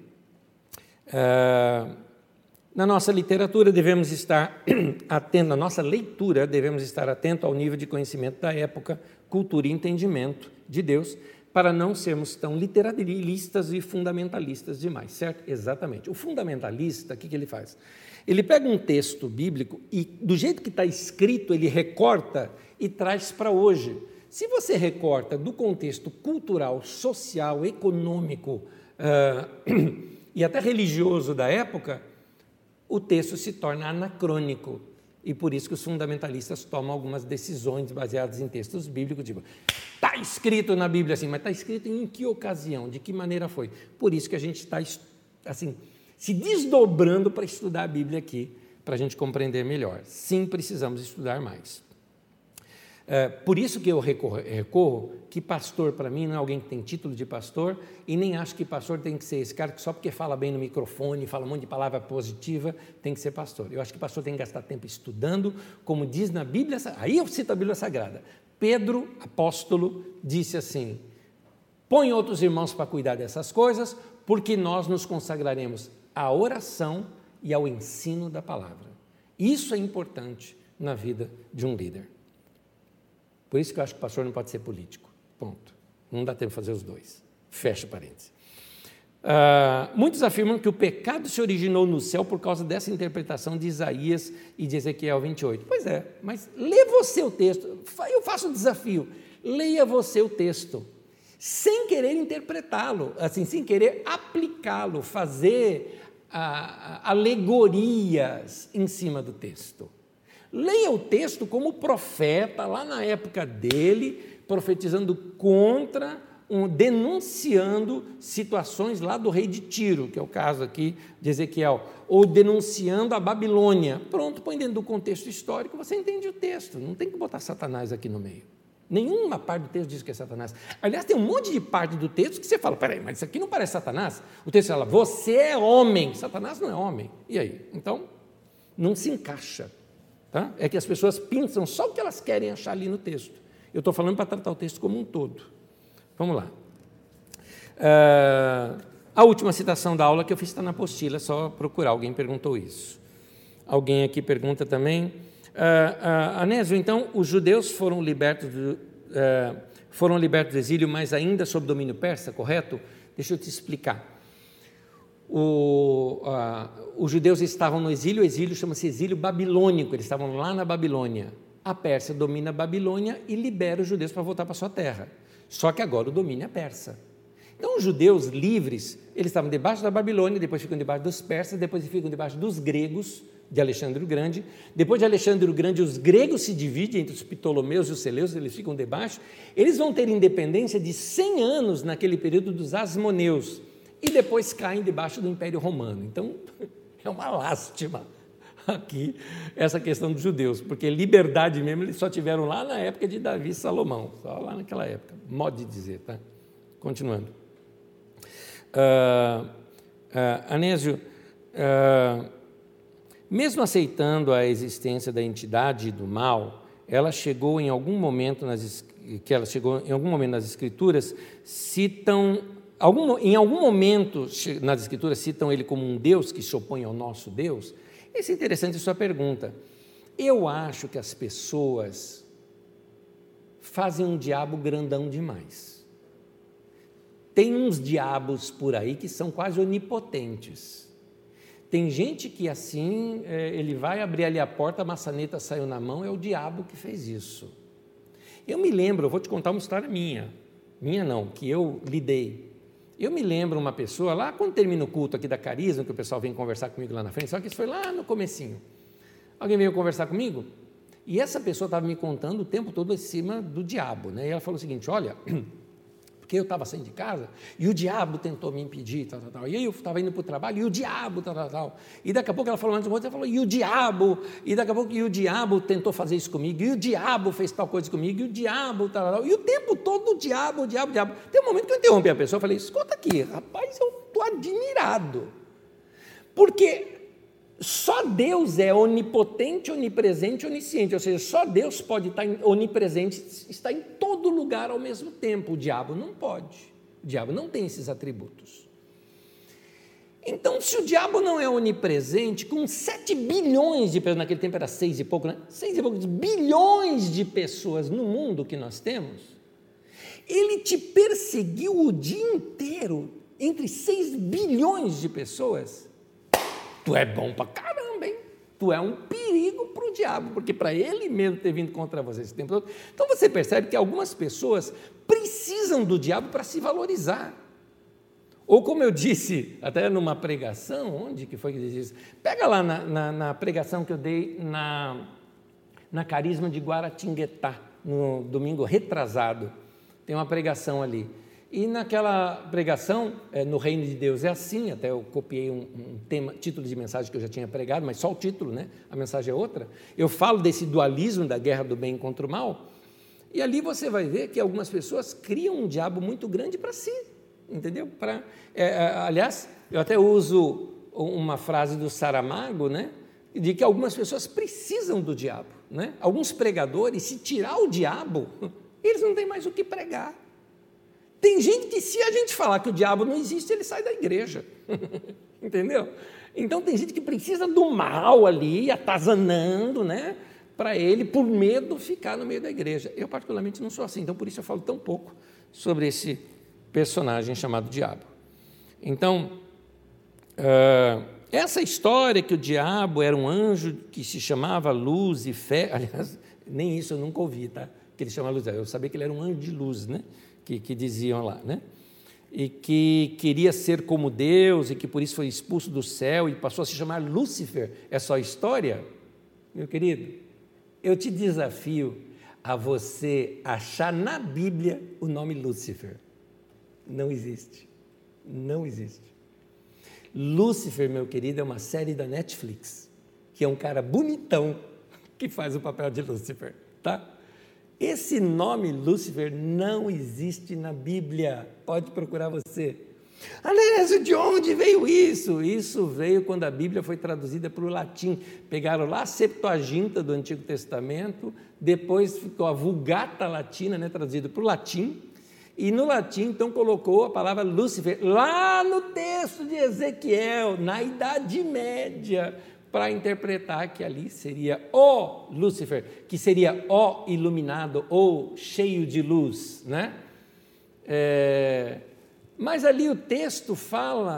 Uh, na nossa literatura devemos estar atentos, na nossa leitura devemos estar atentos ao nível de conhecimento da época, cultura e entendimento de Deus, para não sermos tão literalistas e fundamentalistas demais, certo? Exatamente. O fundamentalista, o que, que ele faz? Ele pega um texto bíblico e, do jeito que está escrito, ele recorta e traz para hoje. Se você recorta do contexto cultural, social, econômico uh, e até religioso da época, o texto se torna anacrônico. E por isso que os fundamentalistas tomam algumas decisões baseadas em textos bíblicos, tipo, está escrito na Bíblia assim, mas está escrito em que ocasião, de que maneira foi? Por isso que a gente está assim, se desdobrando para estudar a Bíblia aqui, para a gente compreender melhor. Sim, precisamos estudar mais. É, por isso que eu recorro, recorro que pastor, para mim, não é alguém que tem título de pastor, e nem acho que pastor tem que ser esse cara que só porque fala bem no microfone, fala um monte de palavra positiva, tem que ser pastor. Eu acho que pastor tem que gastar tempo estudando, como diz na Bíblia, aí eu cito a Bíblia Sagrada. Pedro, apóstolo, disse assim, põe outros irmãos para cuidar dessas coisas, porque nós nos consagraremos à oração e ao ensino da palavra. Isso é importante na vida de um líder. Por isso que eu acho que o pastor não pode ser político, ponto. Não dá tempo de fazer os dois. Fecha parênteses. Uh, muitos afirmam que o pecado se originou no céu por causa dessa interpretação de Isaías e de Ezequiel vinte e oito. Pois é, mas lê você o texto, eu faço o desafio, leia você o texto, sem querer interpretá-lo, assim, sem querer aplicá-lo, fazer uh, alegorias em cima do texto. Leia o texto como profeta, lá na época dele, profetizando contra, um, denunciando situações lá do rei de Tiro, que é o caso aqui de Ezequiel, ou denunciando a Babilônia. Pronto, põe dentro do contexto histórico, você entende o texto, não tem que botar Satanás aqui no meio. Nenhuma parte do texto diz que é Satanás. Aliás, tem um monte de parte do texto que você fala, peraí, mas isso aqui não parece Satanás? O texto fala, você é homem, Satanás não é homem. E aí? Então, não se encaixa. Tá? É que as pessoas pensam só o que elas querem achar ali no texto. Eu estou falando para tratar o texto como um todo. Vamos lá. Uh, a última citação da aula que eu fiz está na apostila, é só procurar, alguém perguntou isso. Alguém aqui pergunta também. Uh, uh, Anésio, então, os judeus foram libertos, do, uh, foram libertos do exílio, mas ainda sob domínio persa, correto? Deixa eu te explicar. o, a, os judeus estavam no exílio, o exílio chama-se exílio babilônico, eles estavam lá na Babilônia. A Pérsia domina a Babilônia e libera os judeus para voltar para a sua terra. Só que agora o domínio é persa. Então, os judeus livres, eles estavam debaixo da Babilônia, depois ficam debaixo dos persas, depois ficam debaixo dos gregos, de Alexandre o Grande. Depois de Alexandre o Grande, os gregos se dividem entre os Ptolomeus e os Seleucos, eles ficam debaixo. Eles vão ter independência de cem anos naquele período dos Asmoneus, e depois caem debaixo do Império Romano. Então, é uma lástima aqui essa questão dos judeus, porque liberdade mesmo eles só tiveram lá na época de Davi e Salomão, só lá naquela época, modo de dizer, tá? Continuando. Uh, uh, Anésio, uh, mesmo aceitando a existência da entidade do mal, ela chegou em algum momento nas que ela chegou em algum momento nas escrituras citam algum, em algum momento nas escrituras citam ele como um Deus que se opõe ao nosso Deus. Isso é interessante a sua pergunta. Eu acho que as pessoas fazem um diabo grandão demais. Tem uns diabos por aí que são quase onipotentes. Tem gente que assim, ele vai abrir ali a porta, a maçaneta saiu na mão, é o diabo que fez isso. Eu me lembro, eu vou te contar uma história minha, minha não, que eu lidei. Eu me lembro uma pessoa, lá quando termina o culto aqui da Carisma, que o pessoal vem conversar comigo lá na frente, só que isso foi lá no comecinho. Alguém veio conversar comigo e essa pessoa estava me contando o tempo todo em cima do diabo, né? E ela falou o seguinte, olha... porque eu estava saindo de casa e o diabo tentou me impedir, tal, tal, tal. E aí eu estava indo para o trabalho e o diabo, tal, tal, tal. E daqui a pouco ela falou antes do outro, ela falou, e o diabo, e daqui a pouco e o diabo tentou fazer isso comigo, e o diabo fez tal coisa comigo, e o diabo, tal, tal, tal. E o tempo todo o diabo, o diabo, o diabo. Tem um momento que eu interrompi a pessoa, eu falei, escuta aqui, rapaz, eu estou admirado, porque só Deus é onipotente, onipresente, onisciente, ou seja, só Deus pode estar onipresente, está em todo lugar ao mesmo tempo. O diabo não pode, o diabo não tem esses atributos. Então, se o diabo não é onipresente, com sete bilhões de pessoas, naquele tempo era seis e pouco, né? seis e poucos bilhões de pessoas no mundo que nós temos, ele te perseguiu o dia inteiro, entre seis bilhões de pessoas. Tu é bom pra caramba, hein? Tu é um perigo para o diabo, porque para ele mesmo ter vindo contra você esse tempo todo. Então você percebe que algumas pessoas precisam do diabo para se valorizar. Ou como eu disse, até numa pregação, onde que foi que ele disse? Pega lá na, na, na pregação que eu dei na, na Carisma de Guaratinguetá, no domingo retrasado. Tem uma pregação ali. E naquela pregação, é, no reino de Deus é assim, até eu copiei um, um tema, título de mensagem que eu já tinha pregado, mas só o título, né? A mensagem é outra. Eu falo desse dualismo da guerra do bem contra o mal, e ali você vai ver que algumas pessoas criam um diabo muito grande para si, entendeu? Pra, é, aliás, eu até uso uma frase do Saramago, né? De que algumas pessoas precisam do diabo, né? Alguns pregadores, se tirar o diabo, eles não têm mais o que pregar. Tem gente que, se a gente falar que o diabo não existe, ele sai da igreja, entendeu? Então, tem gente que precisa do mal ali, atazanando, né, para ele, por medo, ficar no meio da igreja. Eu, particularmente, não sou assim, então, por isso eu falo tão pouco sobre esse personagem chamado diabo. Então, uh, essa história que o diabo era um anjo que se chamava Lúcifer, aliás, nem isso eu nunca ouvi, tá? Que ele chamava Lúcifer, eu sabia que ele era um anjo de luz, né? Que, que diziam lá, né? E que queria ser como Deus e que por isso foi expulso do céu e passou a se chamar Lúcifer. É só história? Meu querido, eu te desafio a você achar na Bíblia o nome Lúcifer. Não existe. Não existe. Lúcifer, meu querido, é uma série da Netflix, que é um cara bonitão que faz o papel de Lúcifer, tá? Esse nome Lúcifer não existe na Bíblia, pode procurar você. Aliás, de onde veio isso? Isso veio quando a Bíblia foi traduzida para o latim. Pegaram lá a Septuaginta do Antigo Testamento, depois ficou a Vulgata Latina, né, traduzida para o latim, e no latim, então, colocou a palavra Lúcifer, lá no texto de Ezequiel, na Idade Média, para interpretar que ali seria o Lúcifer, que seria o iluminado ou cheio de luz, né? É, mas ali o texto fala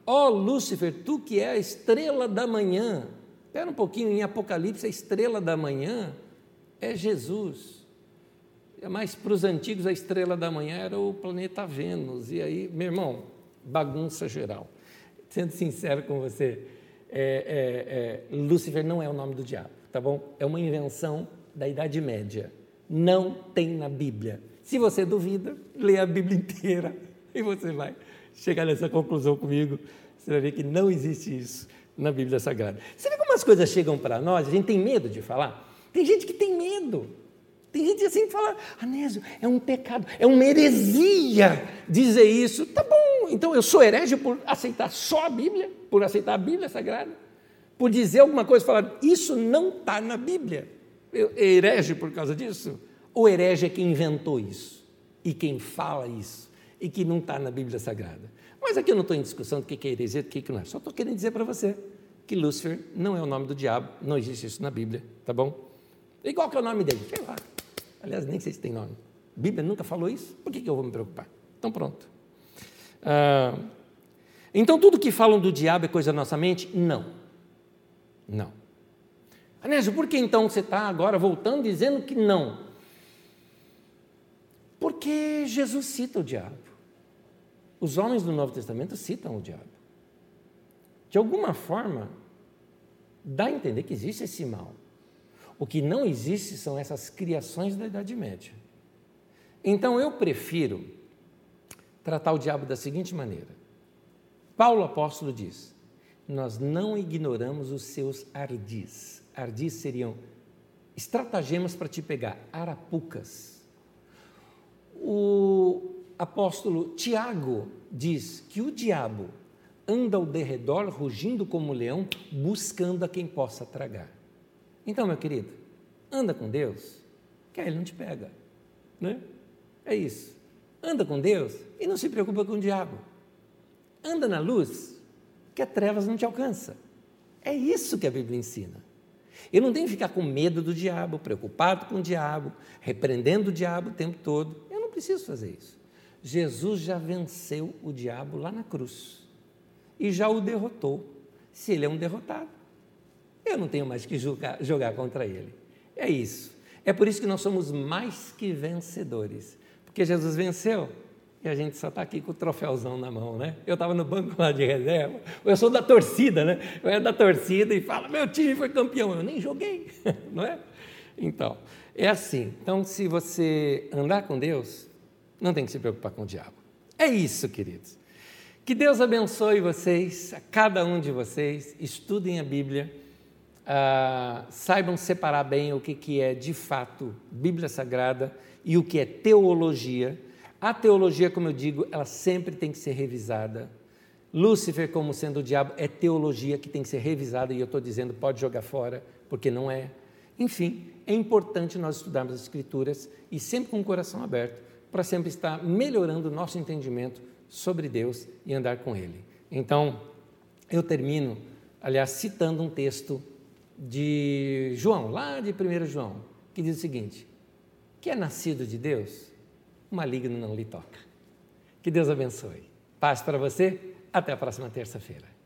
ó Lúcifer, tu que é a estrela da manhã. Espera um pouquinho, em Apocalipse, a estrela da manhã é Jesus. Mas para os antigos, a estrela da manhã era o planeta Vênus. E aí, meu irmão, bagunça geral. Sendo sincero com você, é, é, é, Lúcifer não é o nome do diabo, tá bom? É uma invenção da Idade Média. Não tem na Bíblia. Se você duvida, lê a Bíblia inteira e você vai chegar nessa conclusão comigo. Você vai ver que não existe isso na Bíblia Sagrada. Você vê como as coisas chegam para nós, a gente tem medo de falar? Tem gente que tem medo. Tem gente assim que fala, Anésio, é um pecado, é uma heresia dizer isso. Tá bom, então eu sou herege por aceitar só a Bíblia, por aceitar a Bíblia Sagrada, por dizer alguma coisa, falar, isso não está na Bíblia. Eu, é herege por causa disso? Ou herege é quem inventou isso, e quem fala isso, e que não está na Bíblia Sagrada? Mas aqui eu não estou em discussão do que é heresia, do que não é. Só estou querendo dizer para você que Lúcifer não é o nome do diabo, não existe isso na Bíblia, tá bom? E qual que é o nome dele? Sei lá. Aliás, nem sei se tem nome. A Bíblia nunca falou isso, por que, que eu vou me preocupar? Então pronto. Ah, então tudo que falam do diabo é coisa da nossa mente? Não. Não. Anésio, por que então você está agora voltando dizendo que não? Porque Jesus cita o diabo. Os homens do Novo Testamento citam o diabo. De alguma forma, dá a entender que existe esse mal. O que não existe são essas criações da Idade Média. Então, eu prefiro tratar o diabo da seguinte maneira. Paulo apóstolo diz, nós não ignoramos os seus ardis. Ardis seriam estratagemas para te pegar, arapucas. O apóstolo Tiago diz que o diabo anda ao derredor, rugindo como um leão, buscando a quem possa tragar. Então, meu querido, anda com Deus, que aí ele não te pega, né? É isso. Anda com Deus e não se preocupa com o diabo. Anda na luz, que a trevas não te alcança. É isso que a Bíblia ensina. Eu não tenho que ficar com medo do diabo, preocupado com o diabo, repreendendo o diabo o tempo todo. Eu não preciso fazer isso. Jesus já venceu o diabo lá na cruz e já o derrotou. Se ele é um derrotado, eu não tenho mais que jogar, jogar contra ele. É isso. É por isso que nós somos mais que vencedores. Porque Jesus venceu e a gente só está aqui com o troféuzão na mão, né? Eu estava no banco lá de reserva, eu sou da torcida, né? Eu era da torcida e falo, meu time foi campeão, eu nem joguei, não é? Então, é assim. Então, se você andar com Deus, não tem que se preocupar com o diabo. É isso, queridos. Que Deus abençoe vocês, a cada um de vocês, estudem a Bíblia, ah, saibam separar bem o que, que é, de fato, Bíblia Sagrada e o que é teologia. A teologia, como eu digo, ela sempre tem que ser revisada. Lúcifer, como sendo o diabo, é teologia que tem que ser revisada, e eu estou dizendo, pode jogar fora, porque não é. Enfim, é importante nós estudarmos as Escrituras e sempre com o coração aberto, para sempre estar melhorando o nosso entendimento sobre Deus e andar com Ele. Então, eu termino, aliás, citando um texto de João, lá de primeiro João, que diz o seguinte, que é nascido de Deus, o maligno não lhe toca. Que Deus abençoe. Paz para você, até a próxima terça-feira.